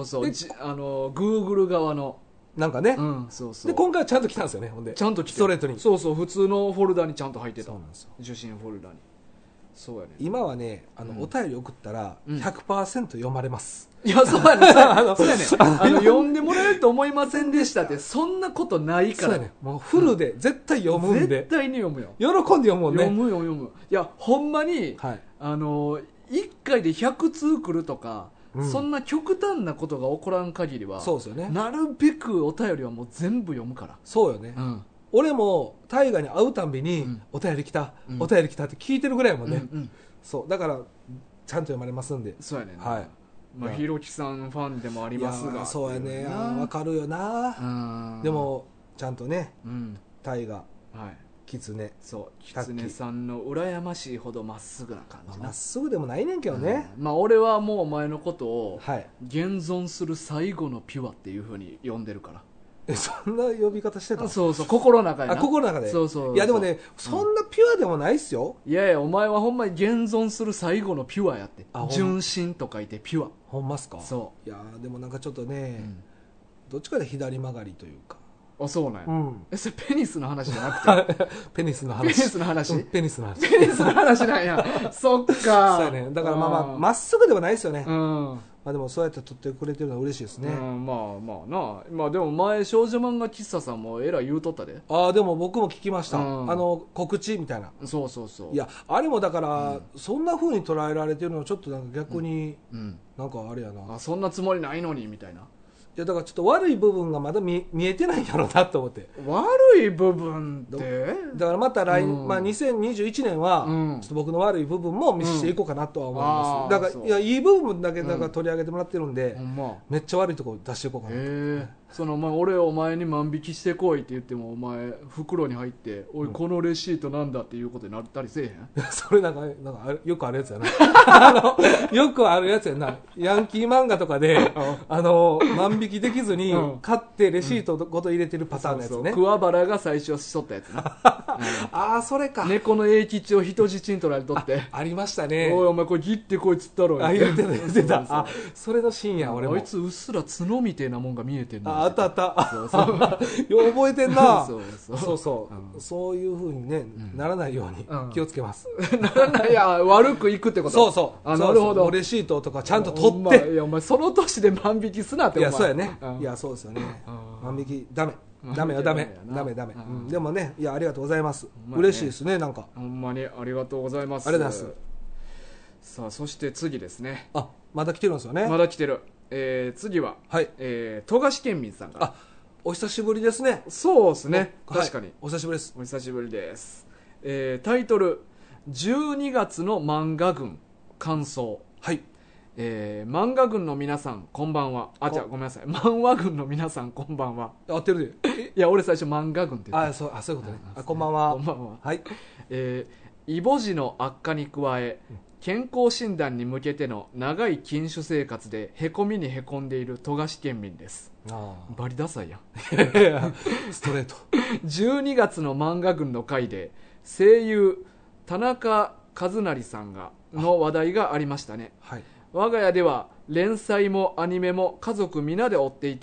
Speaker 1: Google 側の
Speaker 2: なんかね、で今回はちゃんと来たんですよね。ほんで
Speaker 1: ちゃんと来て
Speaker 2: ストレートに、
Speaker 1: そう普通のフォルダにちゃんと入ってた。
Speaker 2: そうなんですよ、
Speaker 1: 受信フォルダに。そうやね、
Speaker 2: 今はねお便り送ったら 100% 読まれます。
Speaker 1: いやそうやねそうやね読んでもらえると思いませんでしたって、そんなことないから。
Speaker 2: そうやね、もうフルで絶対読むんで、
Speaker 1: 絶対に読むよ。
Speaker 2: 喜んで読むもんね。
Speaker 1: 読む。いやほんまに、1回で100通来るとか、そんな極端なことが起こらん限りは、
Speaker 2: そうですよね、
Speaker 1: なるべくお便りはもう全部読むから。
Speaker 2: そうよね、俺も大河に会うたんびに、お便り来た、お便り来たって聞いてるぐらいもんね、そうだからちゃんと読まれますんで。
Speaker 1: そうやね、
Speaker 2: はい、
Speaker 1: まあ、ひろきさんファンでもありますが。
Speaker 2: そうやね、わかるよな。でもちゃんとね、大河、キツネ、
Speaker 1: そうキツネさんの羨ましいほどまっすぐな感じな。
Speaker 2: まっすぐでもないねんけどね、
Speaker 1: まあ俺はもうお前のことを現存する最後のピュアっていうふうに呼んでるから。
Speaker 2: そんな呼び方してた？
Speaker 1: そう心の中で。
Speaker 2: 心の中で。
Speaker 1: そう
Speaker 2: いやでもね、そんなピュアでもないっすよ。
Speaker 1: いやお前はほんまに現存する最後のピュアやって。純真と書いてピュア。
Speaker 2: ほんますか？
Speaker 1: そう。
Speaker 2: いやでもなんかちょっとね、どっちかで左曲がりというか。
Speaker 1: あ、そうなんや。それペニスの話じゃなくて
Speaker 2: ペニスの話。
Speaker 1: ペニスの話
Speaker 2: ペニスの話。
Speaker 1: ペニスの話なんや。そっか。
Speaker 2: そうやね。だからまっすぐではないですよね。まあでもそうやって撮ってくれてるのは嬉しいですね。
Speaker 1: まあな。まあでも前少女漫画喫茶さんもえらい言うとったで。
Speaker 2: でも僕も聞きました。告知みたいな。
Speaker 1: そう
Speaker 2: いやあれもだから、そんな風に捉えられてるのちょっとなんか逆に、なんかあれやな。
Speaker 1: そんなつもりないのにみたいな。
Speaker 2: いやだからちょっと悪い部分がまだ見えてないんやろうなと思って。
Speaker 1: 悪い部分って
Speaker 2: だからまた2021年はちょっと僕の悪い部分も見せていこうかなとは思います。だからいやいい部分だけだから取り上げてもらってるんで、めっちゃ悪いところ出していこうかなと。
Speaker 1: 俺お前に万引きしてこいって言ってもお前袋に入っておいこのレシートなんだっていうことになったりせえへん？
Speaker 2: それなんかよくあるやつやなよくあるやつやな。ヤンキー漫画とかで万引きできずに買ってレシートごと入れてるパターンのやつね。
Speaker 1: 桑原が最初しとったやつな
Speaker 2: それか。
Speaker 1: 猫の永吉を人質に取られとって
Speaker 2: ありましたね。
Speaker 1: おいお前これギッてこいつったろ。
Speaker 2: 言ってた。それのシーンや。俺も
Speaker 1: あいつうっすら角みてえなもんが見えてんの。
Speaker 2: あったよう覚えてんな。そういう風にねならないように気をつけます。
Speaker 1: ならない。悪くいくってこと。
Speaker 2: そう
Speaker 1: なるほど。
Speaker 2: レシートとかちゃんと取って。
Speaker 1: いやお前その年で万引きすなって。
Speaker 2: いやそうやね。いやそうですよね。万引きダメよダメ。でもね、いやありがとうございます。嬉しいですね。なんか
Speaker 1: ほんまにありがとうございます。
Speaker 2: ありがとうございます。
Speaker 1: さあそして次ですね。
Speaker 2: まだ来てるんですよね。
Speaker 1: まだ来てる。次は富樫県民さんが。
Speaker 2: お久しぶりですね。
Speaker 1: そうですね。確かに
Speaker 2: お久しぶりです。
Speaker 1: お久しぶりです。タイトル12月の漫画群感想。漫画群の皆さんこんばんは。ごめんなさい。漫画群の皆さんこんばんは。
Speaker 2: 合ってるで。
Speaker 1: いや俺最初漫画群って言った。
Speaker 2: そういうことね。こんばんは。
Speaker 1: こんばんは。
Speaker 2: はい。
Speaker 1: イボ痔の悪化に加え健康診断に向けての長い禁酒生活でへこみにへこんでいる富樫県民です。バリダサいやん
Speaker 2: ストレート。
Speaker 1: 12月の漫画群の回で声優田中和成さんの話題がありましたね。我が家では連載もアニメも家族皆で追っていた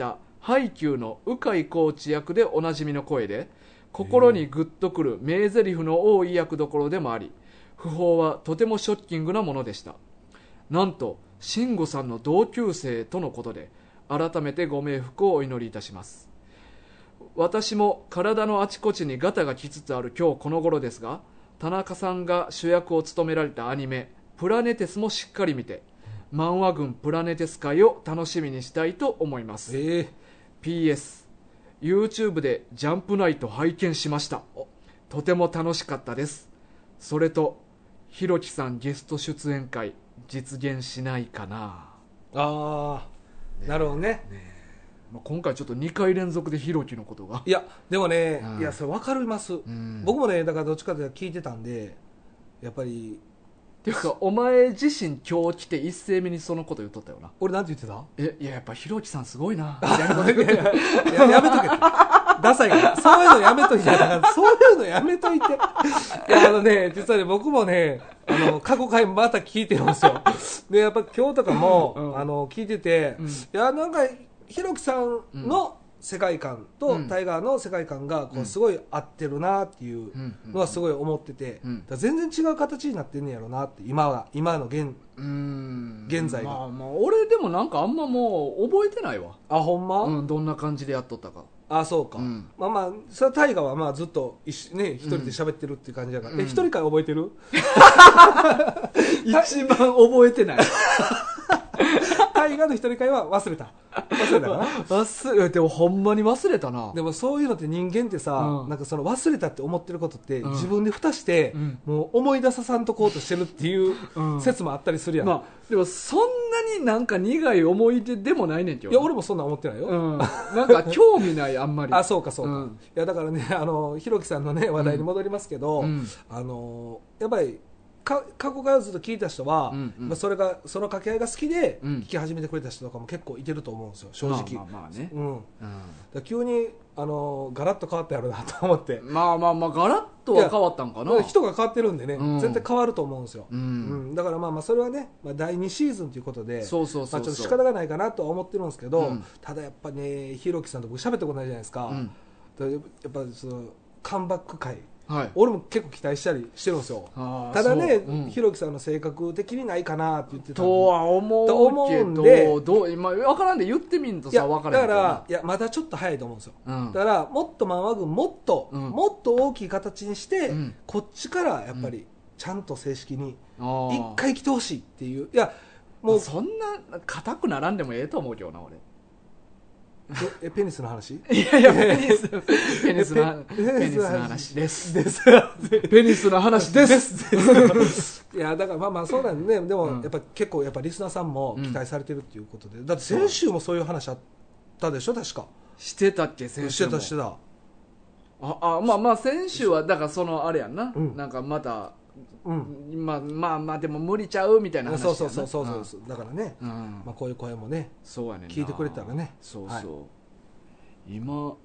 Speaker 1: ハイキューの鵜飼コーチ役でおなじみの声で、心にグッとくる名台詞の多い役どころでもあり、訃報はとてもショッキングなものでした。なんと慎吾さんの同級生とのことで、改めてご冥福をお祈りいたします。私も体のあちこちにガタが来つつある今日この頃ですが、田中さんが主役を務められたアニメプラネテスもしっかり見て、漫画軍プラネテス会を楽しみにしたいと思います。PS、 YouTube でジャンプナイト拝見しました。とても楽しかったです。それとひろきさんゲスト出演会実現しないかな。
Speaker 2: なるほどね。
Speaker 1: 今回ちょっと2回連続でひろきのことが、
Speaker 2: いやでもね、いやそれ分かります、僕もねだからどっちかというと聞いてたんで、やっぱり
Speaker 1: っていうかお前自身今日来て一斉目にそのこと言っとったよな。
Speaker 2: 俺なんて言ってた？
Speaker 1: いややっぱひろきさんすごいな
Speaker 2: やめとけダサいからそういうのやめといて、だからそういうのやめといて。いや実はね僕もね過去回また聞いてるんですよ。でやっぱ今日とかも、聞いてて、いやなんかひろきさんの世界観とタイガーの世界観がこうすごい合ってるなっていうのはすごい思ってて、だから全然違う形になってんねやろなって、今の現在が。
Speaker 1: 俺でもなんかあんまもう覚えてないわ。
Speaker 2: ほんま？
Speaker 1: どんな感じでやっとったか。
Speaker 2: そうか、それはタイガーはまあずっと一人で喋ってるっていう感じだから、一人から覚えてる？
Speaker 1: 一番覚えてない。
Speaker 2: タイガーの一人会は忘れたかな。
Speaker 1: でもほんまに忘れたな。
Speaker 2: でもそういうのって人間ってさ、なんかその忘れたって思ってることって自分で蓋して、もう思い出ささんとこうとしてるっていう説もあったりするやん。
Speaker 1: でもそんなになんか苦い思い出でもないねんけど。
Speaker 2: いや俺もそんな思ってないよ、
Speaker 1: なんか興味ないあんまり。
Speaker 2: そうか、いやだからねひろきさんのね話題に戻りますけど、やっぱり過去からずっと聞いた人は、その掛け合いが好きで聞き始めてくれた人とかも結構いてると思うんですよ、正直。だ急にガラッと変わったやろなと思って。
Speaker 1: ガラッとは変わったんかな。
Speaker 2: 人が変わってるんでね、絶対変わると思うんですよ。だからそれはね、第2シーズンということでちょっと仕方がないかなとは思ってるんですけど、ただやっぱねひろきさんと僕喋ったことないじゃないですか。やっぱそのカムバック会、俺も結構期待したりしてるんですよ。ただね、ひろきさんの性格的にないかなって言ってた
Speaker 1: とは思うけど、今分からんで言ってみんとさ分からん。
Speaker 2: だからまだちょっと早いと思うんですよ。だからもっと漫画軍もっと大きい形にして、こっちからやっぱりちゃんと正式に一回来てほしいっていう。いやもう
Speaker 1: そんな硬くならんでもええと思うけどな俺。
Speaker 2: ペニスの話？
Speaker 1: いやペニスの話です。ペニスの話です。
Speaker 2: いやだからそうなんね。でもやっぱ結構リスナーさんも期待されてるっていうことで、だって先週もそういう話あったでしょ確か。
Speaker 1: してたっけ先週も。
Speaker 2: してた。
Speaker 1: 先週はだからそのあれやんな。なんかまた。でも無理ちゃうみたいな話やな。
Speaker 2: そうだからね、こういう声もね聞いてくれたらね。
Speaker 1: 今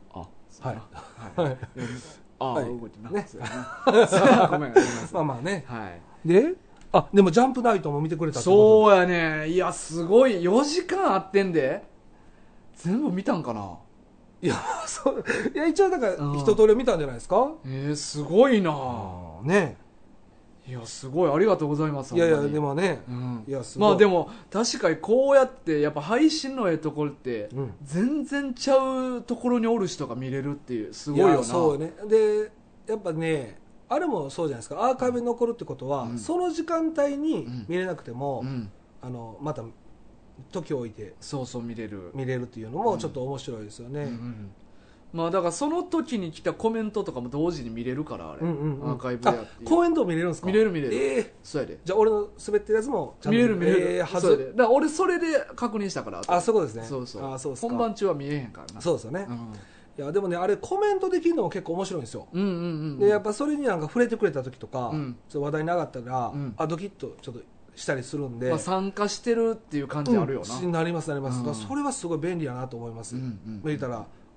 Speaker 1: 動いてなね。ごめん
Speaker 2: ね。ででもジャンプナイトも見てくれたってこと。
Speaker 1: そうやね。いやすごい4時間あってんで全部見たんかな。
Speaker 2: いや一応だから一通り見たんじゃないですか。
Speaker 1: すごいな
Speaker 2: ね。
Speaker 1: いやすごいありがとうございます。
Speaker 2: いやでもね、
Speaker 1: でも確かにこうやってやっぱ配信のところって、全然ちゃうところにおる人が見れるっていうすごいよな。
Speaker 2: そうね。でやっぱねあれもそうじゃないですか。アーカイブに残るってことは、その時間帯に見れなくても、また時を置いて見れるっていうのもちょっと面白いですよね。
Speaker 1: だからその時に来たコメントとかも同時に見れるからあれ、アーカイブやって
Speaker 2: コメント見れるんですか。
Speaker 1: 見れる。そうやで。
Speaker 2: じゃあ俺の滑ってるやつも
Speaker 1: ちゃんと見れるはずで。だから俺それで確認したから。
Speaker 2: そうですね。
Speaker 1: そう本番中は見えへんからな。
Speaker 2: そうですよね。いやでもねあれコメントできるのも結構面白いんですよ。でやっぱそれになんか触れてくれた時とか、話題に上がったらドキッとちょっとしたりするんで、
Speaker 1: 参加してるっていう感じあるよな。
Speaker 2: なります。それはすごい便利やなと思います。見れたら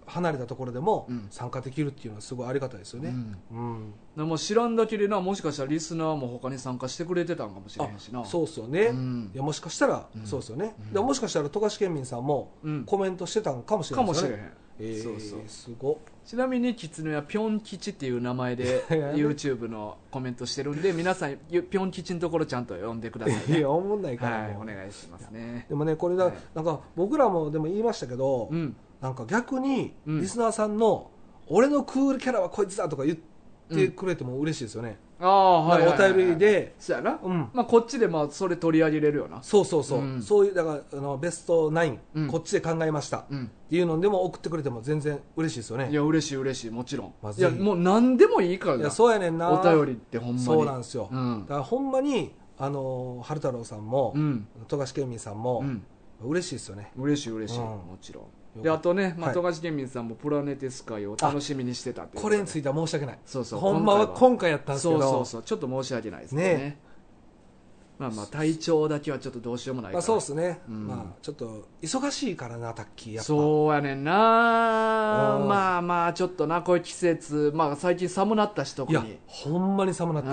Speaker 2: 離れたところでも参加できるっていうのはすごいありがたいですよね。
Speaker 1: もう知らんだけでな、もしかしたらリスナーも他に参加してくれてたんかもしれへんしな。
Speaker 2: そうですよね、いやもしかしたらそうですよね、でもしかしたら富樫県民さんもコメントしてたんかもしれないですよね。かもしれへん。そうそう、すご。
Speaker 1: ちなみにキツネはぴょん吉っていう名前でYouTube のコメントしてるんで、皆さんぴょん吉のところちゃんと読んでくださいね。
Speaker 2: いや思んないから、
Speaker 1: はい、お願いしますね。
Speaker 2: でもねこれだ、はい、なんか僕らもでも言いましたけど、なんか逆にリスナーさんの、俺のクールキャラはこいつだとか言ってくれても嬉しいですよね。
Speaker 1: はい、
Speaker 2: お便りで、
Speaker 1: そうやな、まあ、こっちでまあそれ取り上げれるよな。
Speaker 2: そうそうそう、そういうだからベスト9、こっちで考えました、っていうのでも送ってくれても全然嬉しいですよね。
Speaker 1: いや嬉しい嬉しい、もちろん、いやもう何でもいいからな。
Speaker 2: いやそうやねんな、
Speaker 1: お便りってほんまに
Speaker 2: そうなんですよ、だからほんまに春太郎さんも富樫県民さんも、嬉しいですよね。
Speaker 1: 嬉しい嬉しい、もちろん。であとね、富樫県民さんもプラネテス会を楽しみにしてたって、
Speaker 2: これについては申し訳ない。
Speaker 1: そうそう、
Speaker 2: ほんまは今回やったんですけど、
Speaker 1: そうそうちょっと申し訳ないですね。まあまあ体調だけはちょっとどうしようもないから。
Speaker 2: そうですね、まあちょっと忙しいからな、タッキーやっぱ。
Speaker 1: そうやねんな。まあまあちょっとな、こういう季節、まあ最近寒なったし、特に
Speaker 2: いやほんまに寒なった、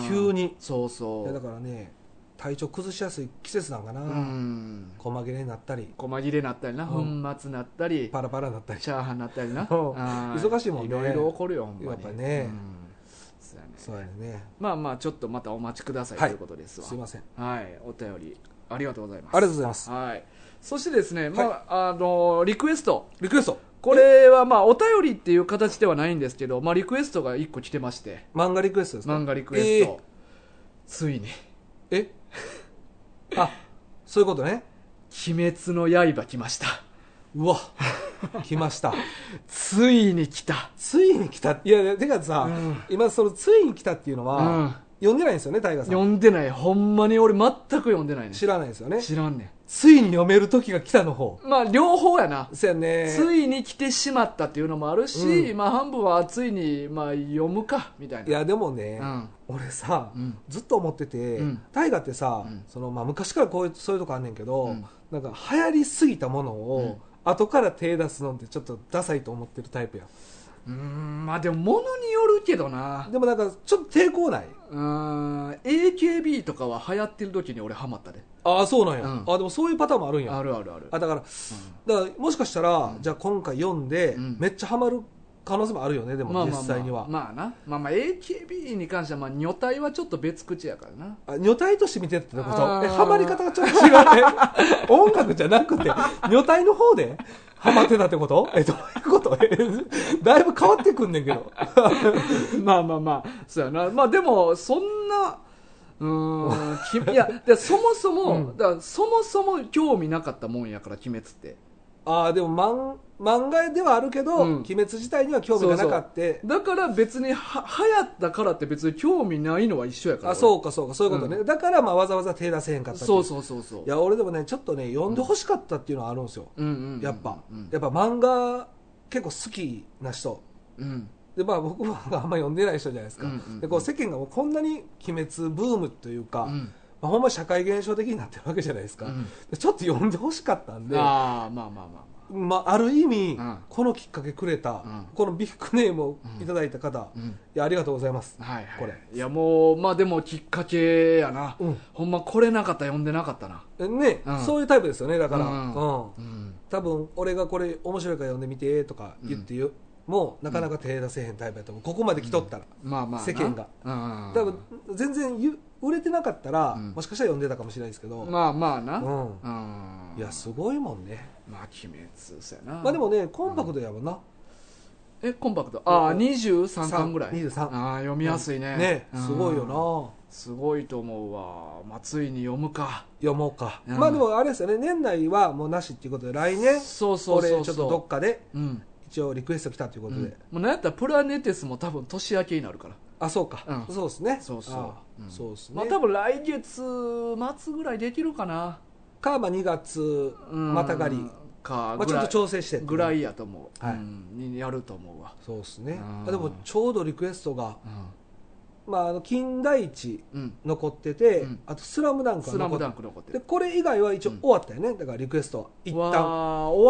Speaker 2: 急に。
Speaker 1: そうそう、
Speaker 2: いやだからね、体調崩しやすい季節なんかな。細切れになったり、
Speaker 1: 細切れになったりな、粉末になったり、
Speaker 2: パラパラになったり、
Speaker 1: チャーハンになったりな。
Speaker 2: 忙しいもんね、
Speaker 1: いろいろ起こるよほんまに
Speaker 2: やっぱね。そうやね。
Speaker 1: まあまあちょっとまたお待ちくださいということですわ。
Speaker 2: すいません。
Speaker 1: はい、お便りありがとうございます。
Speaker 2: ありがとうございます。
Speaker 1: はい。そしてですね、まあリクエスト、これはまあお便りっていう形ではないんですけど、まあリクエストが1個来てまして。
Speaker 2: 漫画リクエストですか？
Speaker 1: 漫画リクエスト、ついに
Speaker 2: あ、そういうことね。
Speaker 1: 鬼滅の刃来ました。
Speaker 2: うわ来ました
Speaker 1: ついに来た。
Speaker 2: ついに来た。いやてかさ、今そのついに来たっていうのは、読んでないんですよね、タイガーさん。
Speaker 1: 読んでない、ほんまに俺全く読んでないね。
Speaker 2: 知らないですよね。
Speaker 1: 知らんねん。
Speaker 2: ついに読める時が来たの方。
Speaker 1: まあ両方やな。
Speaker 2: そうやね。
Speaker 1: ついに来てしまったっていうのもあるし、まあ半分はついにまあ読むかみたいな。
Speaker 2: いやでもね、俺さ、ずっと思ってて、タイガーってさ、そのまあ昔からそういうとこあんねんけど、なんか流行りすぎたものを、後から手出すのってちょっとダサいと思ってるタイプや。
Speaker 1: まあでも物によるけどな。
Speaker 2: でもなんかちょっと抵抗ない。
Speaker 1: AKB とかは流行ってる時に俺ハマったで。
Speaker 2: ああそうなんや、あでもそういうパターンもあるんや。
Speaker 1: あるあるある。
Speaker 2: だからもしかしたら、じゃあ今回読んで、めっちゃハマる可能性もあるよね。でも実際には
Speaker 1: まあな、まあ AKB に関しては女体はちょっと別口やからな。
Speaker 2: 女体として見てってこと？ハマり方がちょっと違うね音楽じゃなくて女体の方でハマってたってこと？どういうこと？だいぶ変わってくんねんけど
Speaker 1: まあまあまあそうやな。まあでもそんないやそもそも、そもそも興味なかったもんやから、鬼滅って。
Speaker 2: でも漫画ではあるけど、鬼滅自体には興味がなかった。
Speaker 1: だから別に流行ったからって別に興味ないのは一緒やから。
Speaker 2: そうかそうか、そういうことね。だからわざわざ手出せへんかった。
Speaker 1: そう。
Speaker 2: いや俺でもねちょっとね読んでほしかったっていうのはあるんですよ。やっぱ漫画結構好きな人、でまあ僕はあんま読んでない人じゃないですか。でこう世間がもうこんなに鬼滅ブームというか、ほんま社会現象的になってるわけじゃないですか。ちょっと読んでほしかったんで、ある意味、このきっかけくれた、このビッグネームをいただいた方、いやありがとうございます。これ
Speaker 1: いやもうまあでもきっかけやな。ほんまこれなかったら読んでなかったな
Speaker 2: ね。そういうタイプですよね。だから多分俺がこれ面白いから読んでみてとか言ってもうなかなか手出せへんタイプやと思う。ここまで来とったら世間が多分全然売れてなかったら、もしかしたら読んでたかもしれないですけど、
Speaker 1: まあまあな、
Speaker 2: いやすごいもんね。
Speaker 1: まあ鬼滅そうやな。
Speaker 2: まあでもねコンパクトやもんな。
Speaker 1: コンパクト23巻ぐらい。
Speaker 2: 23。
Speaker 1: 読みやすいね。
Speaker 2: ね、すごいよな。
Speaker 1: すごいと思うわ。まあついに読もうか。
Speaker 2: まあでもあれですよね、年内はもうなしっていうことで、来年俺ちょっとどっかで一応リクエスト来たということで、
Speaker 1: もうなんやったらプラネテスも多分年明けになるから。
Speaker 2: そうか、そうですね。
Speaker 1: そう
Speaker 2: ですね。
Speaker 1: まあ多分来月末ぐらいできるかな。
Speaker 2: まあ2月またがりか、ちょっと調整して
Speaker 1: ぐらいやと思う。にやると思うわ。
Speaker 2: そうですね。でもちょうどリクエストが金田一残ってて、あとスラムダンクが残ってて、これ以外は一応終わったよね。だからリクエストは一旦
Speaker 1: 終わっ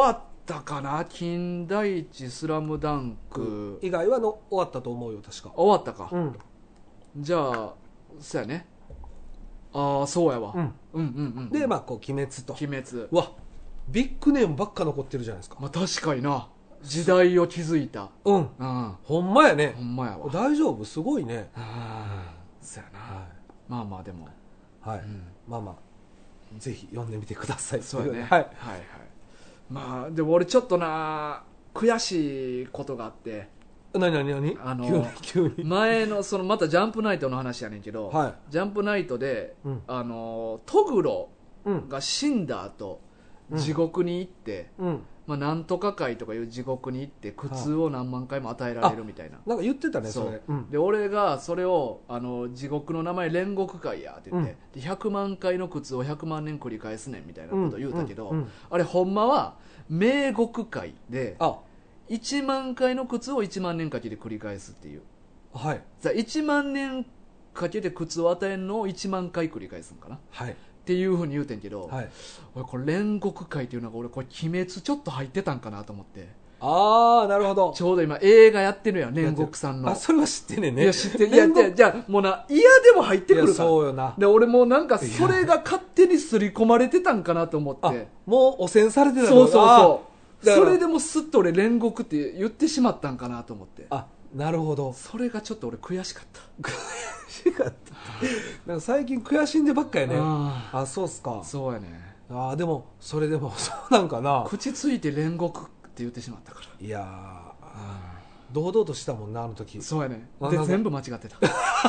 Speaker 1: たかな。金田一、スラムダンク
Speaker 2: 以外は終わったと思うよ確か。
Speaker 1: 終わったか、じゃあそうやね。ああそうやわ、
Speaker 2: でまあこう鬼滅と。
Speaker 1: 鬼滅、
Speaker 2: わビッグネームばっか残ってるじゃないですか。
Speaker 1: まあ確かにな、時代を築いた。
Speaker 2: ほんまやね。
Speaker 1: ほんまやわ。
Speaker 2: 大丈夫、すごいね。
Speaker 1: そうやな、まあまあでも
Speaker 2: まあまあぜひ読んでみてください。
Speaker 1: そうやね。
Speaker 2: はい
Speaker 1: まあでも俺ちょっとな悔しいことがあって。
Speaker 2: 何急に
Speaker 1: 前のそのまたジャンプナイトの話やねんけど、ジャンプナイトでトグロが死んだ後、地獄に行って、まあ、なんとか会とかいう地獄に行って苦痛を何万回も与えられるみたいな、
Speaker 2: なんか言ってたねそれ。
Speaker 1: で俺がそれを地獄の名前煉獄会やって言って、で100万回の苦痛を100万年繰り返すねんみたいなことを言うたけど、あれほんまは冥獄会で1万回の苦痛を1万年かけて繰り返すっていう、1万年かけて苦痛を与えるのを1万回繰り返すんかな、っていうふうに言うてんけど、俺これ煉獄会っていうのが俺これ鬼滅ちょっと入ってたんかなと思って。
Speaker 2: ああなるほど。
Speaker 1: ちょうど今映画やってるやん煉獄さんの。
Speaker 2: それは知ってんねんね。
Speaker 1: いや知ってる。いやじゃあもうな嫌でも入ってくるから。
Speaker 2: そうよな。
Speaker 1: で俺もうなんかそれが勝手に刷り込まれてたんかなと思って。
Speaker 2: もう汚染されてた。
Speaker 1: そうそれでもすっと俺煉獄って言ってしまったんかなと思って。
Speaker 2: なるほど。
Speaker 1: それがちょっと俺悔しかった。
Speaker 2: 悔しかった。なんか最近悔しんでばっかやね。そうっすか。
Speaker 1: そうやね。
Speaker 2: でもそれでもそうなんかな。
Speaker 1: 口ついて煉獄って言ってしまったから。
Speaker 2: いや堂々としたもんなあの時。
Speaker 1: そうやね。で全部間違ってた。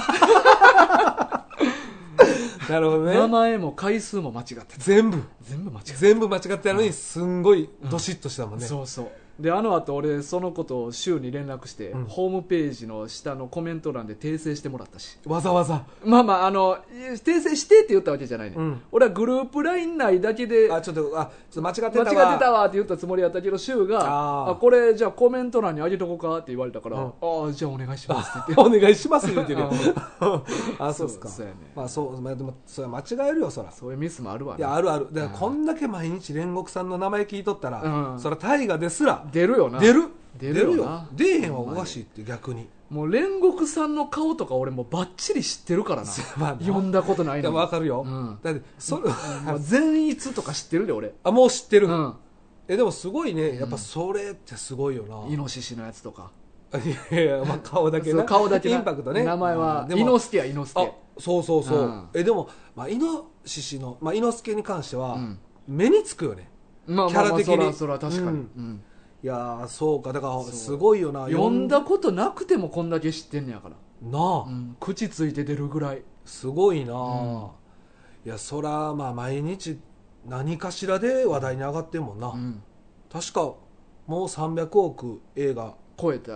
Speaker 2: なるほどね。
Speaker 1: 名前も回数も間違ってた。
Speaker 2: 全部
Speaker 1: 間違ってた。
Speaker 2: 全部間違ってたのにすんごいドシッとしたもんね。
Speaker 1: そうそう。であの後俺そのことを週に連絡して、ホームページの下のコメント欄で訂正してもらったし。
Speaker 2: わざわざ
Speaker 1: まあまあ訂正してって言ったわけじゃないね、俺はグループ LINE 内だけで
Speaker 2: ちょっと間違ってた
Speaker 1: わって言ったつもりやったけど週がこれじゃあコメント欄にあげとこうかって言われたから、じゃあお願いしますって言って
Speaker 2: お願いします言ってるよ。そうっすか。
Speaker 1: そうやね。
Speaker 2: まあでもそれは間違えるよそら。
Speaker 1: そういうミスもあるわね。
Speaker 2: いやあるだからこんだけ毎日煉獄さんの名前聞いとったら、そら大河ですら
Speaker 1: 出るよな。
Speaker 2: 出る
Speaker 1: よ。
Speaker 2: 出えへんはおかしいって逆に。
Speaker 1: もう煉獄さんの顔とか俺もうバッチリ知ってるからな。読んだことないのに。
Speaker 2: 分かるよ。だって
Speaker 1: 善逸とか知ってるで俺。
Speaker 2: もう知ってる。でもすごいね。やっぱそれってすごいよな。
Speaker 1: イノシシのやつとか。
Speaker 2: いや顔だけな。
Speaker 1: 顔だけな。
Speaker 2: インパクトね。
Speaker 1: 名前は伊之助や伊之助。
Speaker 2: そうでもイノシシの伊之助に関しては目につくよね。キャラ的に。
Speaker 1: そら確かに。
Speaker 2: いやそうか。だからすごいよな。
Speaker 1: 読んだことなくてもこんだけ知ってんねやから
Speaker 2: な。
Speaker 1: 口ついて出るぐらい
Speaker 2: すごいな。いやそら毎日何かしらで話題に上がってんもんな。確かもう300億映画
Speaker 1: 超えて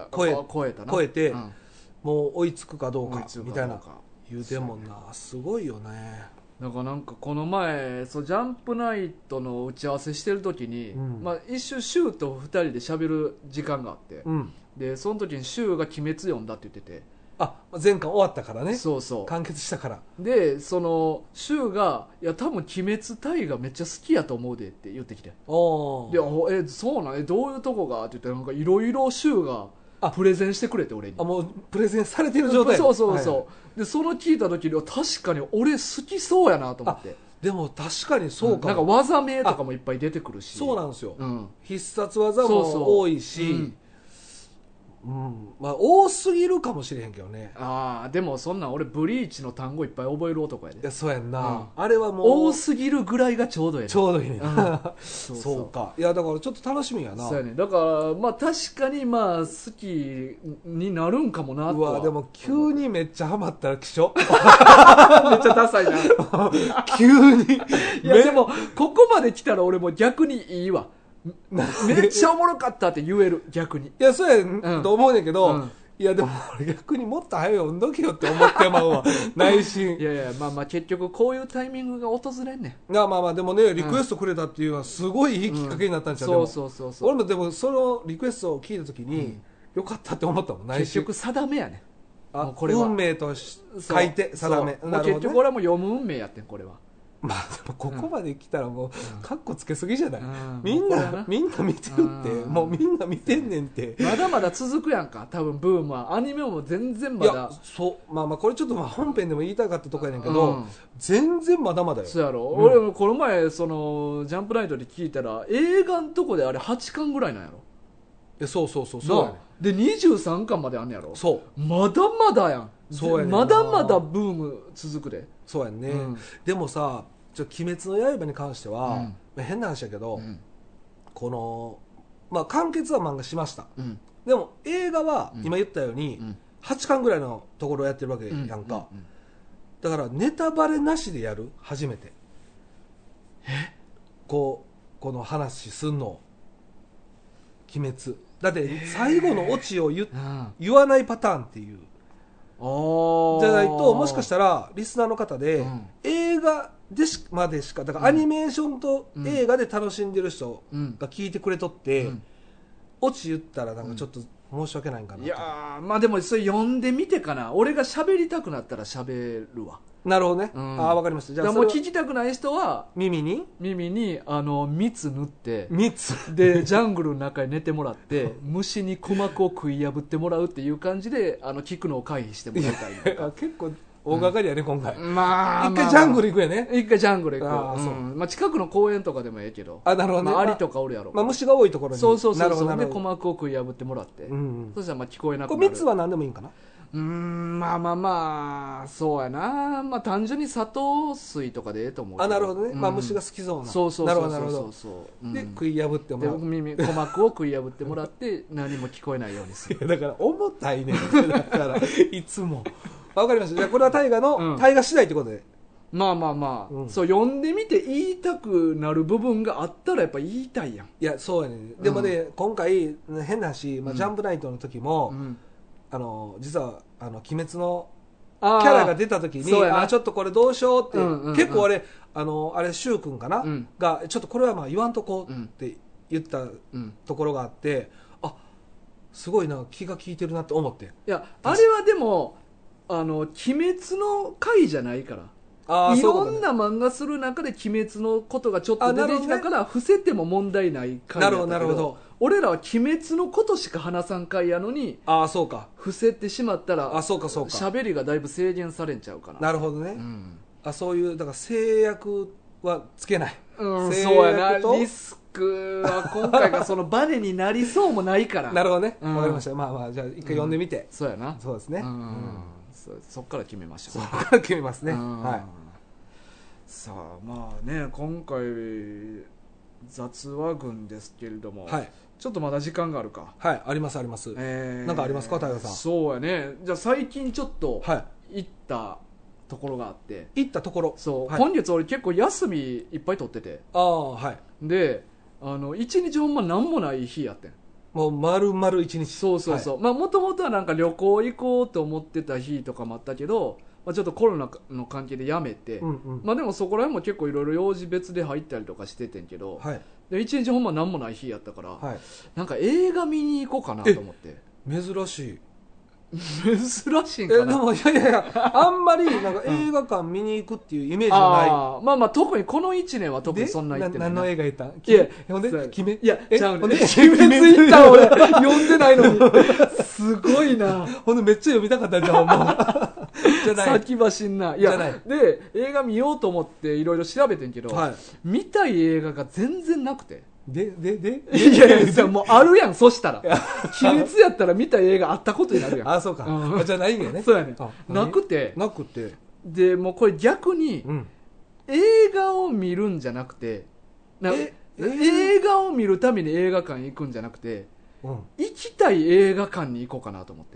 Speaker 2: もう追いつくかどうかみたいな言うてんもんな。すごいよね。
Speaker 1: だからなんかこの前ジャンプナイトの打ち合わせしてる時に、一瞬シュウと2人で喋る時間があって、でその時にシュウが鬼滅読んだって言ってて、
Speaker 2: 前回終わったからね。
Speaker 1: そう
Speaker 2: 完結したから。
Speaker 1: でシュウが「いや多分鬼滅大河めっちゃ好きやと思うで」って言ってきて、でそうなんどういうとこがって言ったらなんかいろいろシュウがプレゼンしてくれて俺に。
Speaker 2: もうプレゼンされてる状態。
Speaker 1: でその聞いた時に確かに俺好きそうやなと思って。
Speaker 2: でも確かにそうか。
Speaker 1: なんか技名とかもいっぱい出てくるし。
Speaker 2: そうなんですよ。必殺技も多いし、多すぎるかもしれへんけどね。
Speaker 1: でもそんなん俺ブリーチの単語いっぱい覚える男やで。
Speaker 2: いやそうやんな。あれはもう
Speaker 1: 多すぎるぐらいがちょうどいい。
Speaker 2: ちょうどいいね。そうか。いやだからちょっと楽しみやな。
Speaker 1: そうやね。だから確かに好きになるんかもなとは。
Speaker 2: でも急にめっちゃハマったらきしょ。めっち
Speaker 1: ゃダサいな。
Speaker 2: 急に。
Speaker 1: いやでもここまで来たら俺も逆にいいわ。めっちゃおもろかったって言える。逆に。
Speaker 2: いやそうやと思うねんけど、いやでも俺逆にもっと早く読んどけよって思ってまうわ。内心。
Speaker 1: いや結局こういうタイミングが訪れんねん。
Speaker 2: でもねリクエストくれたっていうのはすごいいいきっかけになったんちゃう。
Speaker 1: そう
Speaker 2: 俺もでもそのリクエストを聞いた時によかったって思ったもん。
Speaker 1: 結局定めやねん。
Speaker 2: これ運命と書いて定め。
Speaker 1: 結局俺はもう読む運命やってんこれは。
Speaker 2: まあでもここまで来たらもうカッコつけすぎじゃない、みんな見てるって、もうみんな見てんねんって。
Speaker 1: まだまだ続くやんか多分ブームは。アニメも全然まだ。いや
Speaker 2: そうまあこれちょっと本編でも言いたかったとこやねんけど、全然まだまだよ。
Speaker 1: そうやろ、俺もこの前そのジャンプナイトで聞いたら映画のとこであれ8巻ぐらいなんやろ。
Speaker 2: そうやね。
Speaker 1: で23巻まであんねやろ。
Speaker 2: そう
Speaker 1: まだまだやん。
Speaker 2: そうやねん
Speaker 1: まだまだブーム続くで。
Speaker 2: そうやんね、でもさ鬼滅の刃に関しては、変な話やけど、このまあ完結は漫画しました、でも映画は今言ったように、8巻ぐらいのところをやってるわけやんか、だからネタバレなしでやる初めてこの話すんの鬼滅だって最後のオチを言わないパターンっていうじゃないと、もしかしたらリスナーの方で、映画までしかだからアニメーションと映画で楽しんでる人が聞いてくれとって、オチ言ったらなんかちょっと申し訳ないんかな。
Speaker 1: いやまあでもそれ読んでみてかな。俺が喋りたくなったら喋るわ。
Speaker 2: なるほどね、わかりました。
Speaker 1: じゃあもう聞きたくない人は
Speaker 2: 耳に
Speaker 1: 蜜塗って
Speaker 2: 蜜
Speaker 1: でジャングルの中に寝てもらって虫に鼓膜を食い破ってもらうっていう感じで聞くのを回避してもらいたい。
Speaker 2: 結構大掛かりやね、今回。
Speaker 1: まあ
Speaker 2: 一回ジャングル行くやね。
Speaker 1: 一回ジャングル行く。まあ近くの公園とかでもええけど。
Speaker 2: なるほどね。
Speaker 1: アリとかおるやろ。
Speaker 2: まあ虫が多いところに。
Speaker 1: そうで鼓膜を食い破ってもらって、そしたらまあ聞こえなくなる。
Speaker 2: 蜜は何でもいいんかな。
Speaker 1: まあそうやな。まあ単純に砂糖水とかでええと思う。
Speaker 2: なるほどね。まあ虫が好きそうな。
Speaker 1: そう
Speaker 2: なるほど。で食い破ってもらう。
Speaker 1: 鼓膜を食い破ってもらって何も聞こえないようにする。
Speaker 2: だから重たいね。だからいつも。わかりました。じゃあこれは大河次第ってことで。
Speaker 1: まあ、そう読んでみて言いたくなる部分があったらやっぱ言いたいやん。
Speaker 2: いやそうやね。でもね、今回変な話、ジャンプナイトの時も、実は鬼滅のキャラが出た時にちょっとこれどうしようって、結構あれ柊君かな、がちょっとこれはまあ言わんとこうって言ったところがあって、すごいな気が利いてるなって思って。い
Speaker 1: やあれはでも鬼滅の回じゃないから、いろんな漫画する中で鬼滅のことがちょっと出てきたから伏せても問題ない回やったけど、
Speaker 2: なるほど。
Speaker 1: 俺らは鬼滅のことしか話さん回やのに、
Speaker 2: そうか、
Speaker 1: 伏せてしまったら
Speaker 2: そうか
Speaker 1: 喋りがだいぶ制限されんちゃうかな。
Speaker 2: なるほどね、そういうだから制約はつけない、
Speaker 1: そうやな。リスクは今回がそのバネになりそうもないから
Speaker 2: なるほどね、わかりました。まあじゃあ一回読んでみて、
Speaker 1: そうやな。
Speaker 2: そうですね、
Speaker 1: そっから決めましょう。
Speaker 2: そっから決めますね。はい。
Speaker 1: さあまあね、今回雑話群ですけれども、ちょっとまだ時間があるか。
Speaker 2: あります。なんかありますか、大河さん。
Speaker 1: そうやね。じゃあ最近ちょっと行ったところがあって。
Speaker 2: 行ったところ。
Speaker 1: そう、今月俺結構休みいっぱい取ってて。で一日ほんま何もない日やってん。
Speaker 2: もう丸々一日。
Speaker 1: そう、まあもともとはなんか旅行行こうと思ってた日とかもあったけど、ちょっとコロナの関係でやめて、まあでもそこら辺も結構いろいろ用事別で入ったりとかしててんけど、で一日ほんま何もない日やったから、なんか映画見に行こうかなと思って。
Speaker 2: 珍しい
Speaker 1: 珍しいんかな。
Speaker 2: でもいやあんまりなんか映画館見に行くっていうイメージはない。
Speaker 1: まあ特にこの1年は特にそんな言ってない。
Speaker 2: 何の映画言った？
Speaker 1: いや
Speaker 2: ほんで
Speaker 1: ちゃうね。鬼滅行った俺読んでないのにすごいな。
Speaker 2: ほんでめっちゃ読みたかったじゃん。じゃない。
Speaker 1: 先走んな。いやで映画見ようと思っていろいろ調べてんけど、見たい映画が全然なくて。いやもうあるやん。そしたら鬼滅やったら見た映画あったことになるやん。
Speaker 2: そうか。じゃないんやね。
Speaker 1: そうやね。なくてでもうこれ逆に映画を見るんじゃなくて、映画を見るために映画館行くんじゃなくて、行きたい映画館に行こうかなと思って。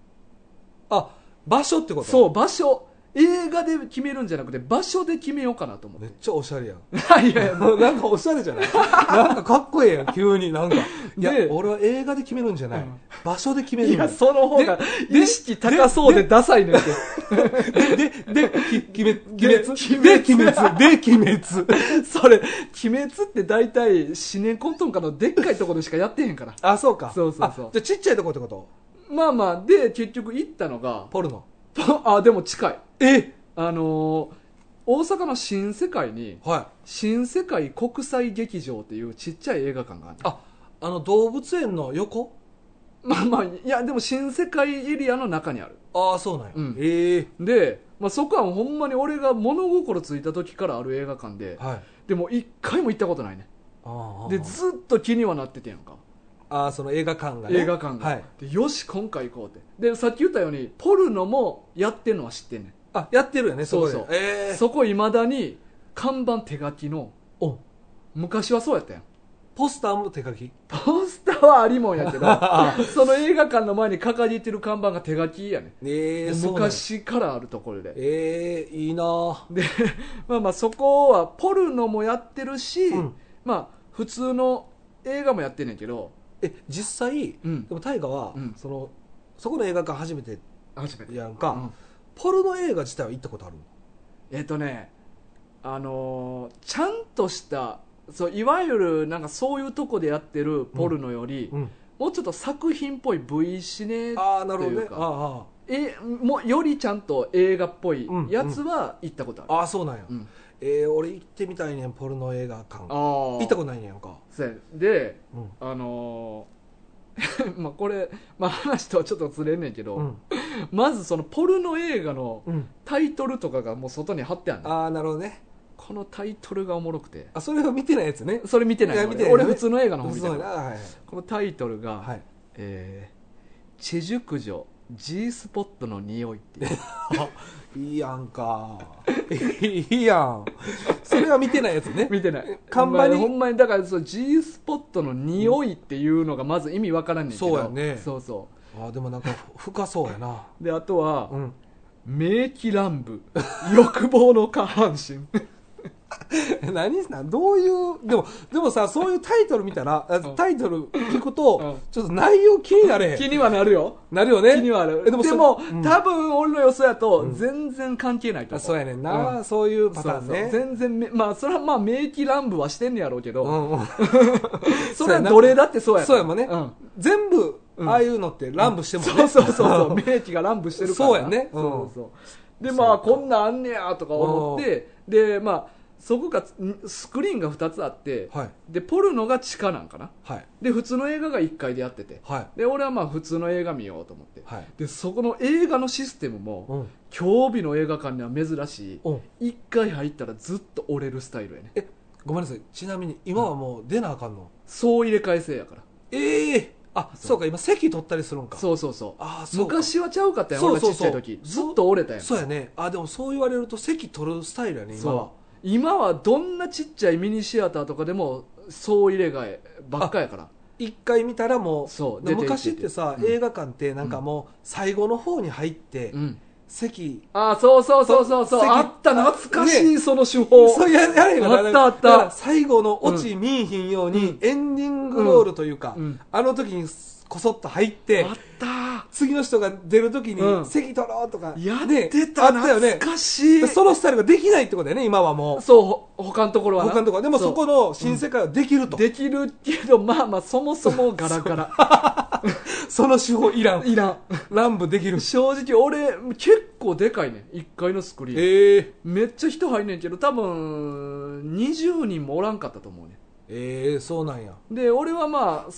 Speaker 2: 場所ってこと？
Speaker 1: そう、場所。映画で決めるんじゃなくて場所で決めようかなと思って。
Speaker 2: めっちゃおしゃれやん。いやなんかおしゃれじゃない？なんかかっこええやん急に。なんかいや俺は映画で決めるんじゃない、場所で決めるんだ。
Speaker 1: いやその方が意識高そうでダサいねんて。
Speaker 2: で鬼滅
Speaker 1: それ鬼滅って大体シネコンとんかのでっかいところでしかやってへんから。
Speaker 2: そうか。
Speaker 1: そう
Speaker 2: じゃあちっちゃいとこってこと？
Speaker 1: まあで結局行ったのが
Speaker 2: ポルノ。
Speaker 1: でも近い。 大阪の新世界に、
Speaker 2: はい、
Speaker 1: 新世界国際劇場っていうちっちゃい映画館がある。
Speaker 2: 動物園の横。
Speaker 1: まあまあ、いやでも新世界エリアの中にある。
Speaker 2: ああ、そうなんや。
Speaker 1: うん、で、まあ、そこはほんまに俺が物心ついた時からある映画館で、
Speaker 2: はい、
Speaker 1: でも一回も行ったことないね。でずっと気にはなっててんやんか。
Speaker 2: その映画館がね。
Speaker 1: 映画館が、
Speaker 2: はい、
Speaker 1: でよし今回行こうって。でさっき言ったようにポルノもやってんのは知ってんねん。
Speaker 2: やってるよね。
Speaker 1: そうそう、そこいまだに看板手書きの。昔はそうやったやん。
Speaker 2: ポスターも手書き。
Speaker 1: ポスターはありもんやけどその映画館の前に掲げてる看板が手書きやねん。昔からあるところで。
Speaker 2: いいな
Speaker 1: でまあまあそこはポルノもやってるし、まあ普通の映画もやってんねんけど。
Speaker 2: 実際、でも大河は、そこの映画館初めてやんか、ポルノ映画自体は行ったことある？
Speaker 1: ちゃんとしたいわゆるなんかそういうとこでやってるポルノより、もうちょっと作品っぽい V シネというか、もうよりちゃんと映画っぽいやつは行ったことある。
Speaker 2: そうなんや。俺行ってみたいねん、ポルノ映画館。行ったことないねんか。
Speaker 1: で、まあこれ、話とはちょっとずれんねんけど、まずそのポルノ映画のタイトルとかがもう外に貼ってあるね。
Speaker 2: なるほどね。
Speaker 1: このタイトルがおもろくて。
Speaker 2: それは見てないやつね。
Speaker 1: それ見てない。俺普通の映画の方見てない。このタイトルが、チェジュクジョ G スポットの匂いっていう
Speaker 2: いいやんかいいやん。それは見てないやつね。
Speaker 1: 見てない。
Speaker 2: 看板に
Speaker 1: ほんまにだからG スポットの匂いっていうのがまず意味わからんねんけど。
Speaker 2: そうやね。
Speaker 1: そう
Speaker 2: でもなんか深そうやな。
Speaker 1: であとは、名器乱舞欲望の下半身
Speaker 2: どういう。でもさ、そういうタイトル見たら、タイトル聞くと、ちょっと内容気になれへん。
Speaker 1: 気にはなるよ。
Speaker 2: なるよね。
Speaker 1: 気にはなる。でも、多分俺の予想やと全然関係ないと思う。
Speaker 2: そうやねんな、そういうパターンね。
Speaker 1: 全然それは名器乱舞はしてんねやろうけど、それはどれだってそうや。
Speaker 2: そうやもんね。全部ああいうのって乱舞してもね。
Speaker 1: そう名器が乱舞してるから。
Speaker 2: そうやね。
Speaker 1: でこんなんあんねやとか思って、でそこがスクリーンが2つあって、でポルノが地下なんかな、で普通の映画が1階でやってて、で俺は普通の映画見ようと思って、でそこの映画のシステムも、今日日の映画館には珍しい、1回入ったらずっと折れるスタイルやね。
Speaker 2: ごめんなさい、ちなみに今はもう出なあかんの？
Speaker 1: そう入れ替え制やから。
Speaker 2: そうか、今席取ったりするんか。
Speaker 1: そう昔はちゃうかったやん。俺ちっちゃい時ずっと折れたやん。
Speaker 2: そうやね。でもそう言われると席取るスタイルやね、今は。
Speaker 1: 今はどんなちっちゃいミニシアターとかでもそう入れ替えばっかやから。
Speaker 2: 一回見たらもう。昔ってさ、映画館ってなんかもう最後の方に入って、席。
Speaker 1: そうあった懐かしい、その手法。
Speaker 2: そうやれば
Speaker 1: あった。
Speaker 2: 最後のオチ見えひんように、エンディングロールというか、あの時にこそっと入って、次の人が出る時に席取ろうとか、
Speaker 1: やってた。懐かしい。
Speaker 2: そのスタイルができないってことだよね、今はもう。
Speaker 1: 他のところはな。
Speaker 2: でもそこの新世界はできると。
Speaker 1: できるけど、そもそもガラガラ。
Speaker 2: その手法いらん。乱舞できる。
Speaker 1: 正直俺結構でかいねん、1階のスクリーン。めっちゃ人入んねんけど、多分20人もおらんかったと思うね。
Speaker 2: そうなんや。
Speaker 1: で俺は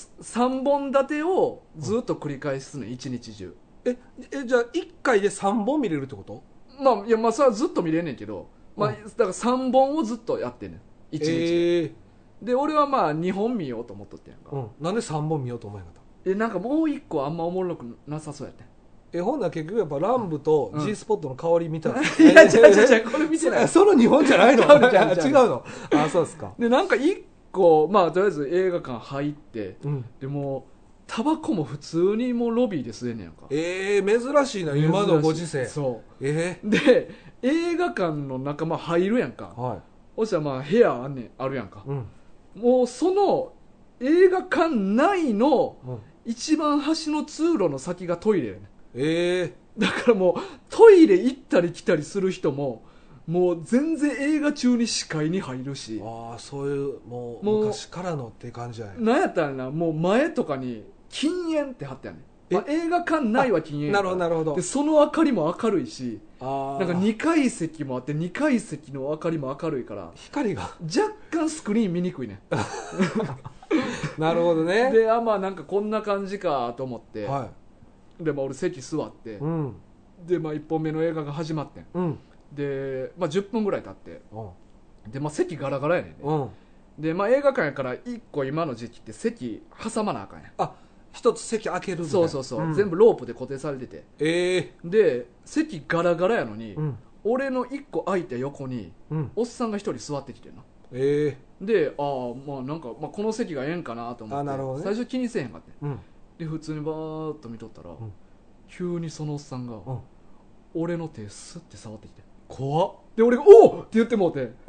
Speaker 1: 3本立てをずっと繰り返すね、一日中。
Speaker 2: じゃあ1回で3本見れるってこと？
Speaker 1: いやそれはずっと見れんねんけど、だから3本をずっとやってんねん一日、で俺は2本見ようと思っとってんやんか、
Speaker 2: なんで3本見ようと思えなかった？
Speaker 1: なんかもう1個あんまおもろくなさそうやってん。
Speaker 2: ほんなら結局やっぱランブと G スポットの香り見たら、
Speaker 1: いや違うこれ見てない。
Speaker 2: その2本じゃないの？違うの？そうですか。
Speaker 1: でなんか1個とりあえず映画館入って、でもタバコも普通にもうロビーで吸えんねやんか。
Speaker 2: 珍しいな、今のご時世。
Speaker 1: で映画館の中入るやんか、そしたら部屋あるやんか、もうその映画館内の一番端の通路の先がトイレやねん。だからもうトイレ行ったり来たりする人ももう全然映画中に視界に入るし、
Speaker 2: そういうもう昔からのって感じじゃない？
Speaker 1: なんやったらな、もう前とかに禁煙って貼ってあるねまあ、映画館内は禁煙やから。
Speaker 2: なるほど
Speaker 1: でその明かりも明るいし、
Speaker 2: なん
Speaker 1: か2階席もあって2階席の明かりも明るいから
Speaker 2: 光が
Speaker 1: 若干スクリーン見にくいね
Speaker 2: なるほどね。
Speaker 1: でまあなんかこんな感じかと思って、
Speaker 2: は
Speaker 1: でまあ俺席座って、
Speaker 2: い。うん。
Speaker 1: でまあ1本目の映画が始まってん。
Speaker 2: うん。
Speaker 1: で、まあ、10分ぐらい経って、でまあ席ガラガラやねんね。
Speaker 2: うん。
Speaker 1: でまあ映画館やから1個今の時期って席挟まなあかんやん。
Speaker 2: 一つ席開けるみたいな。
Speaker 1: そう、全部ロープで固定されてて、で席ガラガラやのに、俺の1個空いた横に、おっさんが1人座ってきてんな。でまあなんか、まあ、この席がええんかなと思って、最初気にせえへんかって、で普通にバーッと見とったら、急にそのおっさんが、俺の手スッて触ってきて、怖っ。で俺が「おー!」って言ってもうて、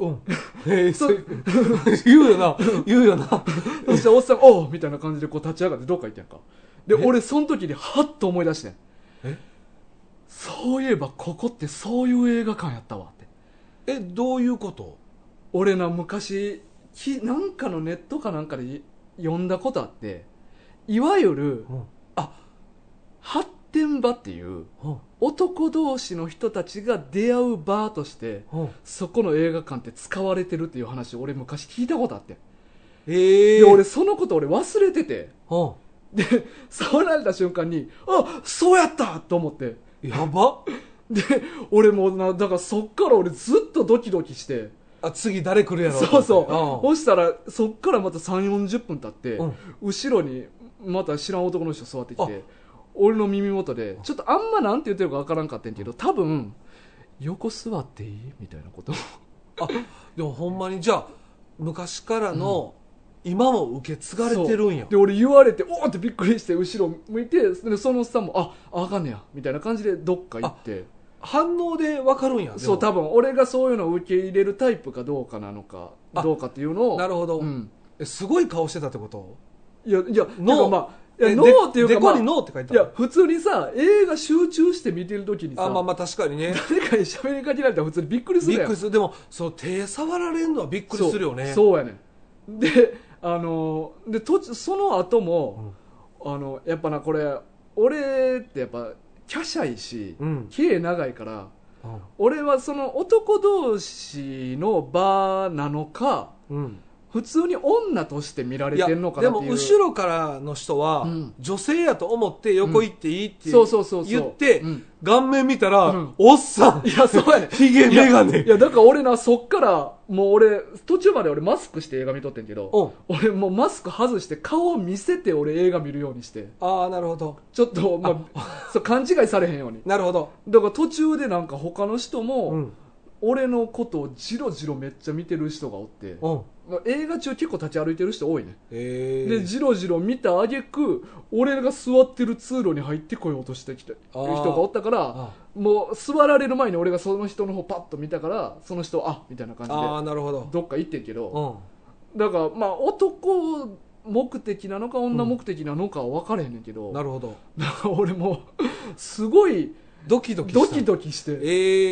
Speaker 2: 言うよな
Speaker 1: そしたらおっさんが「おー!」みたいな感じでこう立ち上がってどっか行ってんか。で俺その時にハッと思い出してん、そういえばここってそういう映画館やったわって。
Speaker 2: どういうこと？
Speaker 1: 俺な昔なんかのネットかなんかで読んだことあって、いわゆる、発展場っていう、男同士の人たちが出会う場として、そこの映画館って使われてるっていう話を俺昔聞いたことあって、で俺そのこと俺忘れてて、で触られた瞬間にそうやったと思って、
Speaker 2: やば
Speaker 1: で俺もだからそっから俺ずっとドキドキして、
Speaker 2: 次誰来るやろ。
Speaker 1: そうそしたらそっからまた3、40分経って、後ろにまた知らん男の人座ってきて、俺の耳元でちょっとあんまなんて言ってるかわからんかったんけど、多分横座っていいみたいなこと
Speaker 2: でもほんまにじゃあ昔からの、今も受け継がれてるんや。
Speaker 1: で俺言われておーってびっくりして後ろ向いて、でそのおっさんもあかんねやみたいな感じでどっか行って、
Speaker 2: 反応で分かるんや。
Speaker 1: そう多分俺がそういうのを受け入れるタイプかどうかなのかどうかっていうのを。
Speaker 2: なるほど、すごい顔してたってこと？
Speaker 1: いやなんかまあノーっていうか、
Speaker 2: デコにノーって書いてある。
Speaker 1: いや普通にさ映画集中して見てる時にさ、
Speaker 2: まあ確かにね、
Speaker 1: 誰かに喋りかけられたら普通にびっくりするやん。
Speaker 2: びっくりする。でもそう手触られるのはびっくりするよね。
Speaker 1: そうやねん。ででその後も、やっぱなこれ俺ってやっぱ華奢いし、毛長いから、俺はその男同士の場なのか、普通に女として見られてるのかなっていう。
Speaker 2: でも後ろからの人は、女性やと思って横行っていいって言って、顔面見たら、おっさん。
Speaker 1: いやそうやねん。
Speaker 2: ヒゲメガネ。
Speaker 1: いやだから俺な、そっからもう俺途中まで俺マスクして映画見とってんけど、俺もうマスク外して顔を見せて俺映画見るようにして。
Speaker 2: なるほど。
Speaker 1: ちょっとそう勘違いされへんように。
Speaker 2: なるほど。
Speaker 1: だから途中でなんか他の人も、俺のことをジロジロめっちゃ見てる人がおって、映画中結構立ち歩いてる人多いね。でジロジロ見た挙句俺が座ってる通路に入ってこようとしてきてる人がおったから、もう座られる前に俺がその人の方パッと見たから、その人みたいな感じでどっか行ってんけど、だからまあ男目的なのか女目的なのかは分からへんねんけど、
Speaker 2: なるほど。
Speaker 1: だから俺もすごい
Speaker 2: ドキドキして。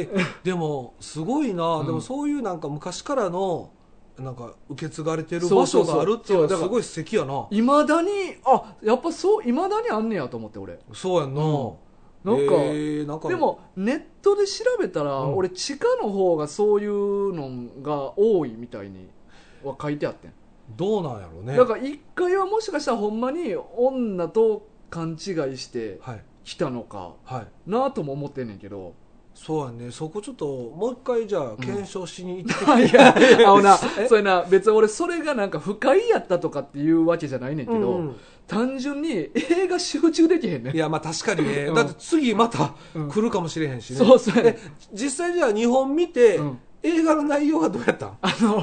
Speaker 2: でもすごいな、でもそういうなんか昔からのなんか受け継がれてる場所があるっていうのはすごい素敵やな。
Speaker 1: いまだにやっぱそういまだにあんねやと思って俺。
Speaker 2: そうやんな、
Speaker 1: なんかでもネットで調べたら、俺地下の方がそういうのが多いみたいには書いてあってん。
Speaker 2: どうなんやろうね。
Speaker 1: だから一回はもしかしたらほんまに女と勘違いして来たのかなとも思ってんねんけど、
Speaker 2: そうやね。そこちょっともう一回じゃあ検証しに行って
Speaker 1: いやそれな、別に俺それがなんか不快やったとかっていうわけじゃないねんけど、単純に映画集中できへんねん。
Speaker 2: いやまあ確かにね、だって次また来るかもしれへんしね。
Speaker 1: そうやね。
Speaker 2: 実際じゃあ2本見て、映画の内容はどうやったん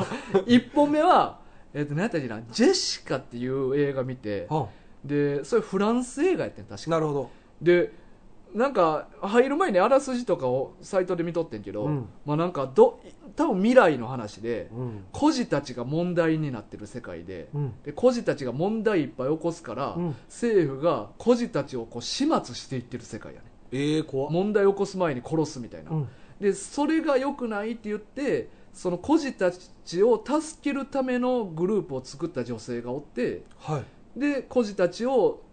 Speaker 1: ？1本目は何やったっけな、ジェシカっていう映画見て、でそれフランス映画やってん確か。
Speaker 2: なるほど。
Speaker 1: でなんか入る前にあらすじとかをサイトで見とってんけど、まあなんか多分未来の話で、孤児たちが問題になってる世界で、で孤児たちが問題いっぱい起こすから、政府が孤児たちをこう始末していってる世界やね。
Speaker 2: 怖っ。
Speaker 1: 問題起こす前に殺すみたいな、でそれが良くないって言って、その孤児たちを助けるためのグループを作った女性がおって、で孤児たちを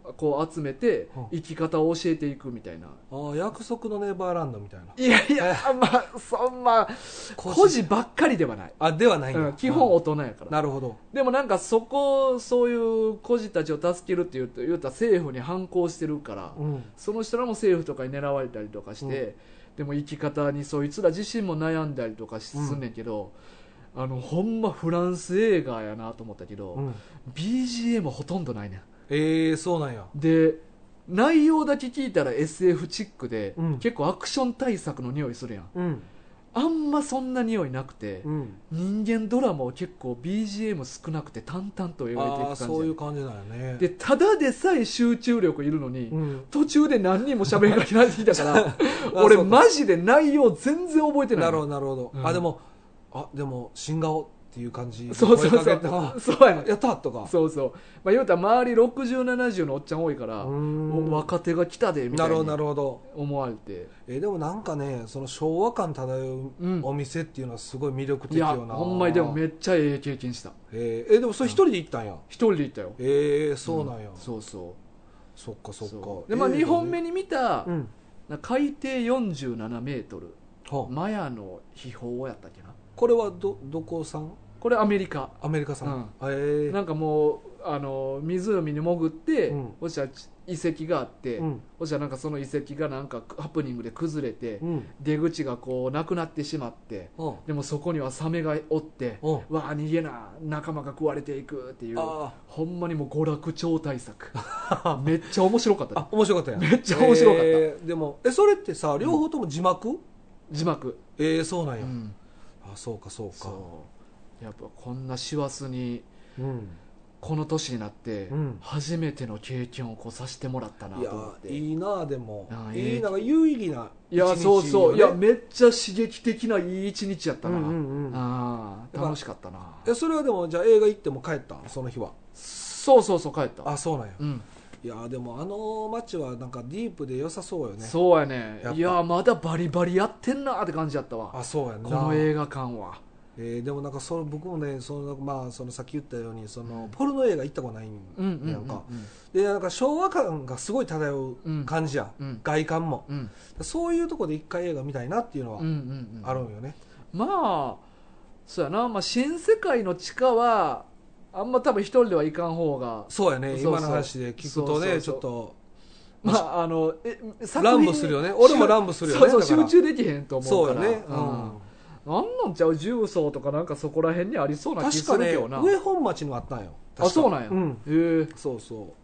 Speaker 1: こう集めて生き方を教えていくみたいな、
Speaker 2: 約束のネバーランドみたいな。
Speaker 1: いやいや、まあそんな孤児ばっかりではない。
Speaker 2: ではないんだ、
Speaker 1: 基本大人やから。
Speaker 2: なるほど。
Speaker 1: でもなんかそういう孤児たちを助けるって言うたら政府に反抗してるから、その人らも政府とかに狙われたりとかして、でも生き方にそいつら自身も悩んだりとかすんねんけど、ほんまフランス映画やなと思ったけど、BGM ほとんどないねん。
Speaker 2: そうなんや。
Speaker 1: で内容だけ聞いたら SF チックで、結構アクション大作の匂いするやん、あんまそんな匂いなくて、人間ドラマは結構 BGM 少なくて淡々と描いていく感じ。
Speaker 2: そういう感じなんやね。
Speaker 1: でただでさえ集中力いるのに、途中で何人も喋りかけられてきたから俺マジで内容全然覚えてない。
Speaker 2: なるほどなるほど、でも新顔っていう感じ。
Speaker 1: そうそうそうやね、
Speaker 2: やったとか。
Speaker 1: そうそう、まあ、言うたら周り6070のおっちゃん多いから、若手が来たでみたいに思われて。
Speaker 2: でもなんかね、その昭和感漂うお店っていうのはすごい魅力的よな。
Speaker 1: いやほんまにでもめっちゃええ経験した。
Speaker 2: でもそれ一人で行ったんや。
Speaker 1: 一人で行ったよ。
Speaker 2: そうなんや。
Speaker 1: そうそう、
Speaker 2: そっかそっか。
Speaker 1: でまあ2本目に見た、海底47メートルマヤの秘宝やったっけな。
Speaker 2: これはどこさん？
Speaker 1: これアメリカ
Speaker 2: さん、
Speaker 1: なんかもう湖に潜って、そしたら遺跡があって、そしたらなんかその遺跡がなんかハプニングで崩れて、出口がこうなくなってしまって、でもそこにはサメがおって、わあ逃げな、仲間が食われていくっていう、ほんまにもう娯楽超大作めっちゃ面白かった。
Speaker 2: 面白かったやん。
Speaker 1: めっちゃ面白かった。
Speaker 2: でもそれってさ、両方とも字幕？
Speaker 1: 字幕。
Speaker 2: そうなんや。そうかそうか。
Speaker 1: やっぱこんな師走に、この年になって初めての経験をさせてもらったなと思って。
Speaker 2: いやいいな。でもいい、なんか有意義な一日、
Speaker 1: いやそうそう、いやめっちゃ刺激的ないい一日やったな。楽しかったな。
Speaker 2: それはでもじゃあ映画行っても帰った？その日は。
Speaker 1: そう帰った。
Speaker 2: そうなんや。いやでも街はなんかディープで良さそうよね。
Speaker 1: そうやね。いやまだバリバリやってんなって感じやったわ。
Speaker 2: そうやな、
Speaker 1: この映画館は。
Speaker 2: でもなんか僕もね、そのさっき言ったようにポルノ映画行ったことないんやんか。でなんか昭和感がすごい漂う感じや、外観も、そういうとこで一回映画見たいなっていうのはあるんよね。
Speaker 1: まあそうやな、まあ、新世界の地下はあんま多分一人では行かん方が。
Speaker 2: そうやね。今の話で聞くとね、ちょっと
Speaker 1: まあ
Speaker 2: 乱舞するよね。俺も乱舞するよね。
Speaker 1: そう集中できへんと思うから。
Speaker 2: そうよね。
Speaker 1: なんなんちゃう、重曹とかなんかそこら辺にありそうな気するけどな。
Speaker 2: 確かね、上本町にもあったんよ。
Speaker 1: そうなんや。
Speaker 2: そうそう。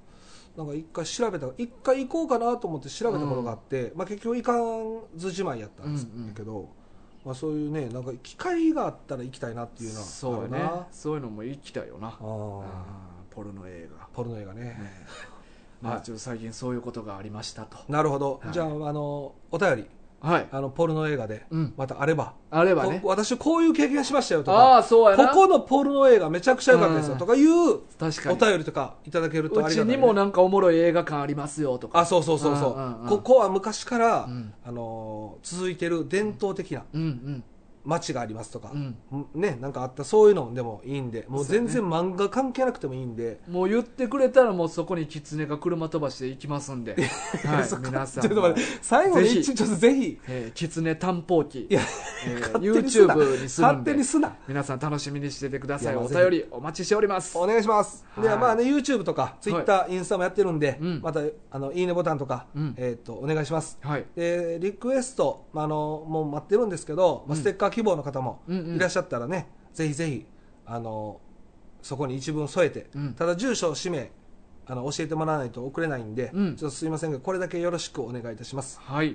Speaker 2: なんか一回行こうかなと思って調べたことがあって、結局行かんずじまいやったんですけど、そういうね、なんか機会があったら行きたいなっていうのはあるな。
Speaker 1: そうね、そういうのも行きたいよな。ポルノ映画ね。まあちょっと最近そういうことがありましたと。
Speaker 2: なるほど。じゃあお便り、ポルノ映画でまたあればね、私こういう経験しましたよとか、ここのポルノ映画めちゃくちゃ良かったですよとかいうお便りとかいただけるとありがたいね。
Speaker 1: うちにもなんかおもろい映画館ありますよとか。
Speaker 2: そうここは昔から続いてる伝統的な街がありますとか、ね、なんかあったそういうのでもいいんで、もう全然漫画関係なくてもいいんで、
Speaker 1: もう言ってくれたらもうそこに狐が車飛ばして行きますんで皆さん
Speaker 2: ちょっと待って、最後にちょっとぜひ
Speaker 1: 狐探訪記
Speaker 2: YouTube
Speaker 1: にするんで皆さん楽しみにしててください。お便りお待ちしております。
Speaker 2: お願いします。ではまあね、 YouTube とか Twitter、インスタもやってるんで、またいいねボタンとかお願いします。でリクエストもう待ってるんですけど、ステッカー希望の方もいらっしゃったらね、ぜひぜひそこに一文添えて、ただ住所氏名教えてもらわないと送れないんで、ちょっとすいませんがこれだけよろしくお願いいたします。
Speaker 1: はい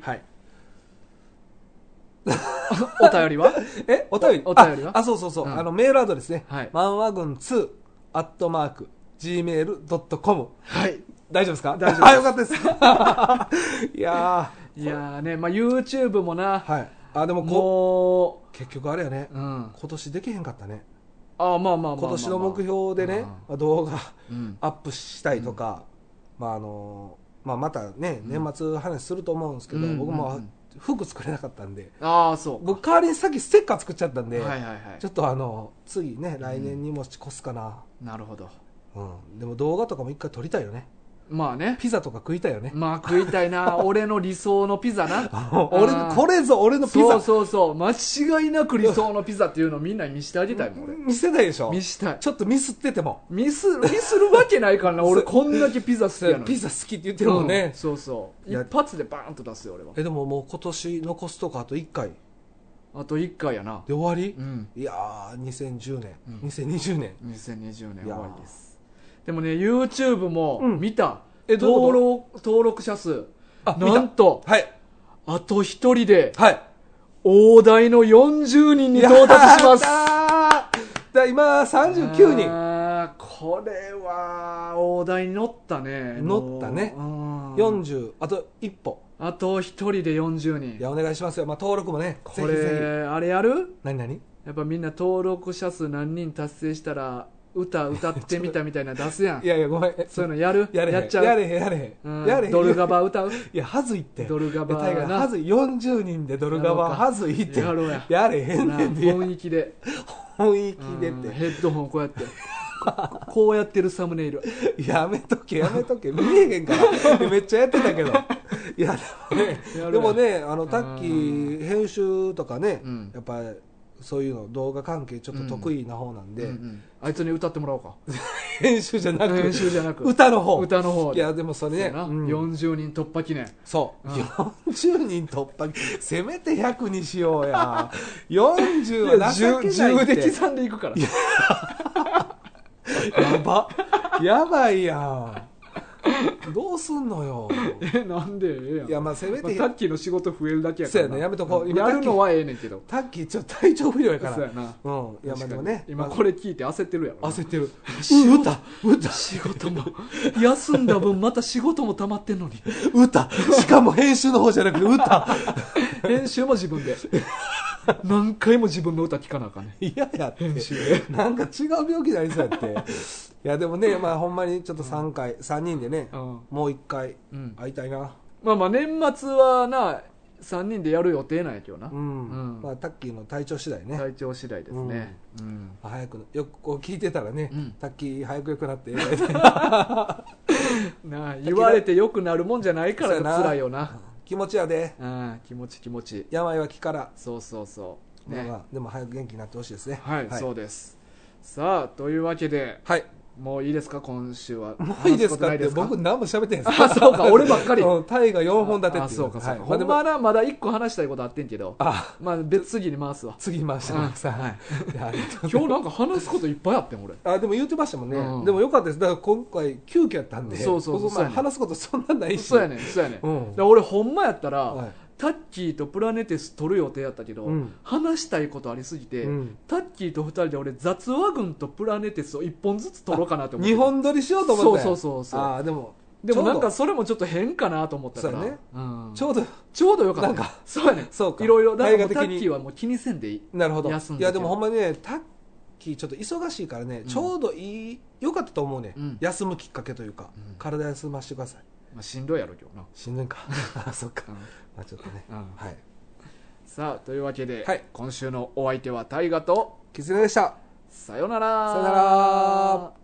Speaker 1: お便りは
Speaker 2: お便りはそうメールアドレスね、漫画軍2@gmail.com。 大丈夫ですか？大丈夫です。よかったです。いや
Speaker 1: ね、まあ YouTube もな、
Speaker 2: でも結局あれやね、今年できへんかったね。今年の目標でね、動画アップしたいとか、またね年末話すると思うんですけど、僕も服作れなかったんで、僕代わりにさっきステッカー作っちゃったんで、ちょっと次ね来年にも越すかな。
Speaker 1: なるほど。
Speaker 2: でも動画とかも一回撮りたいよね。
Speaker 1: まあね。
Speaker 2: ピザとか食いたいよね。
Speaker 1: まあ食いたいな。俺の理想のピザな。
Speaker 2: これぞ俺のピザ。
Speaker 1: そう。間違いなく理想のピザっていうのをみんなに見せてあげたいもん、俺。
Speaker 2: 見せたいでしょ。
Speaker 1: 見せたい。
Speaker 2: ちょっとミスってても。
Speaker 1: ミスるわけないからな。俺こんだけピザ好きやのに。
Speaker 2: ピザ好きって言ってるもんね。
Speaker 1: そう。一発でバーンと出すよ、俺は。
Speaker 2: でももう今年残すとこあと1回。
Speaker 1: あと1回やな。
Speaker 2: で終わり？いやー、2020年。2020年
Speaker 1: 終わりです。でもね、YouTube も見た。
Speaker 2: 登
Speaker 1: 録者数。
Speaker 2: なんと、
Speaker 1: あと一人で、
Speaker 2: 大
Speaker 1: 台の40人に到達します。
Speaker 2: 今、39人。
Speaker 1: これは、大台に乗ったね。
Speaker 2: 乗ったね。40、あと一歩。
Speaker 1: あと一人で40人。
Speaker 2: いや、お願いしますよ。登録もね。
Speaker 1: これ、あれやる？
Speaker 2: 何？
Speaker 1: やっぱみんな登録者数何人達成したら、歌ってみたみたいな出すやん。
Speaker 2: いやごめん。
Speaker 1: そういうのやる？
Speaker 2: や
Speaker 1: っちゃう？
Speaker 2: やれへん。
Speaker 1: ドルガバ歌う？
Speaker 2: いや、はずいって。
Speaker 1: ドルガバな。
Speaker 2: はずい。40人でドルガバはずいって。
Speaker 1: やろうや。
Speaker 2: やれへんねん。
Speaker 1: 雰囲気で。
Speaker 2: 雰囲気でって。
Speaker 1: ヘッドホンこうやって。こうやってるサムネイル。
Speaker 2: やめとけ。見えへんから。めっちゃやってたけど。いや、でもね、タッキー編集とかね、やっぱり、そういうの動画関係ちょっと得意な方なんで、
Speaker 1: あいつに歌ってもらおうか。
Speaker 2: 編集じゃなく
Speaker 1: 歌の方
Speaker 2: いやでもそれね、
Speaker 1: 40人突破記念。
Speaker 2: そう40人突破せめて100にしようや。40は情けないって。
Speaker 1: 10で刻んでいくから。
Speaker 2: やばいやん。どうすんのよ。
Speaker 1: なんでええやん。
Speaker 2: いや、まあせめて、
Speaker 1: タッキーの仕事増えるだけやからな。
Speaker 2: そうやね、やめとこう。
Speaker 1: やるのはええねんけど。
Speaker 2: タッキーちょっと体調不良やから。
Speaker 1: そうやな。
Speaker 2: いや、まあでもね。
Speaker 1: 今これ聞いて焦ってるやろ。
Speaker 2: 焦ってる。
Speaker 1: 歌。仕事も。休んだ分また仕事も溜まってんのに。
Speaker 2: 歌。しかも編集の方じゃなくて歌。
Speaker 1: 編集も自分で。何回も自分の歌聞かなあかんね。
Speaker 2: 嫌やって。なんか違う病気になりそうやって。いやでもね、まあほんまにちょっと3人でね、もう1回会いたいな。
Speaker 1: まあ年末はな、3人でやる予定なんやけどな。
Speaker 2: まあタッキーの体調次第ね。
Speaker 1: 体調次第ですね。
Speaker 2: 早く、よくこう聞いてたらね、タッキー早く良くなって。
Speaker 1: 言われて良くなるもんじゃないから辛いよな。
Speaker 2: 気持ちやで。
Speaker 1: 気持ち。
Speaker 2: 病は気から。
Speaker 1: そう。ね。
Speaker 2: でも早く元気になってほしいですね。
Speaker 1: はい、そうです。さあ、というわけで、もういいですか、今週は。
Speaker 2: もういいですかって、僕何も喋ってへんす
Speaker 1: か。そうか、俺ばっかり。
Speaker 2: タイが4本立てっていう。
Speaker 1: そうか。ほんまな、まだ1個話したいことあってんけど、まあ次に回すわ。
Speaker 2: 次回してください。
Speaker 1: 今日なんか話すこといっぱいあってん、俺。
Speaker 2: でも言ってましたもんね。でもよかったです。だから今回急遽やったんで、
Speaker 1: そう。
Speaker 2: 話すことそんなんないし。
Speaker 1: そうやねん。俺ほんまやったら、タッキーとプラネテス撮る予定やったけど、話したいことありすぎて、タッキーと2人で俺雑話群とプラネテスを1本ずつ撮ろうかなと思って。
Speaker 2: 2本撮りしようと思って。
Speaker 1: そう
Speaker 2: でも
Speaker 1: なんかそれもちょっと変かなと思ったから。
Speaker 2: そうやね。ち
Speaker 1: ょうどよかった。なんかそうやね。いろいろだからタッキーはもう気にせんでいい。
Speaker 2: なるほど。いやでもほんまにね、タッキーちょっと忙しいからね、ちょうどよかったと思うね。休むきっかけというか、体休ませてください。
Speaker 1: まあしんどいやろ今日な。
Speaker 2: しんどいか。そっか。まあちょっとね。はい。
Speaker 1: さあというわけで、今週のお相手は大河と
Speaker 2: キツネでした。
Speaker 1: さよなら。
Speaker 2: さよなら。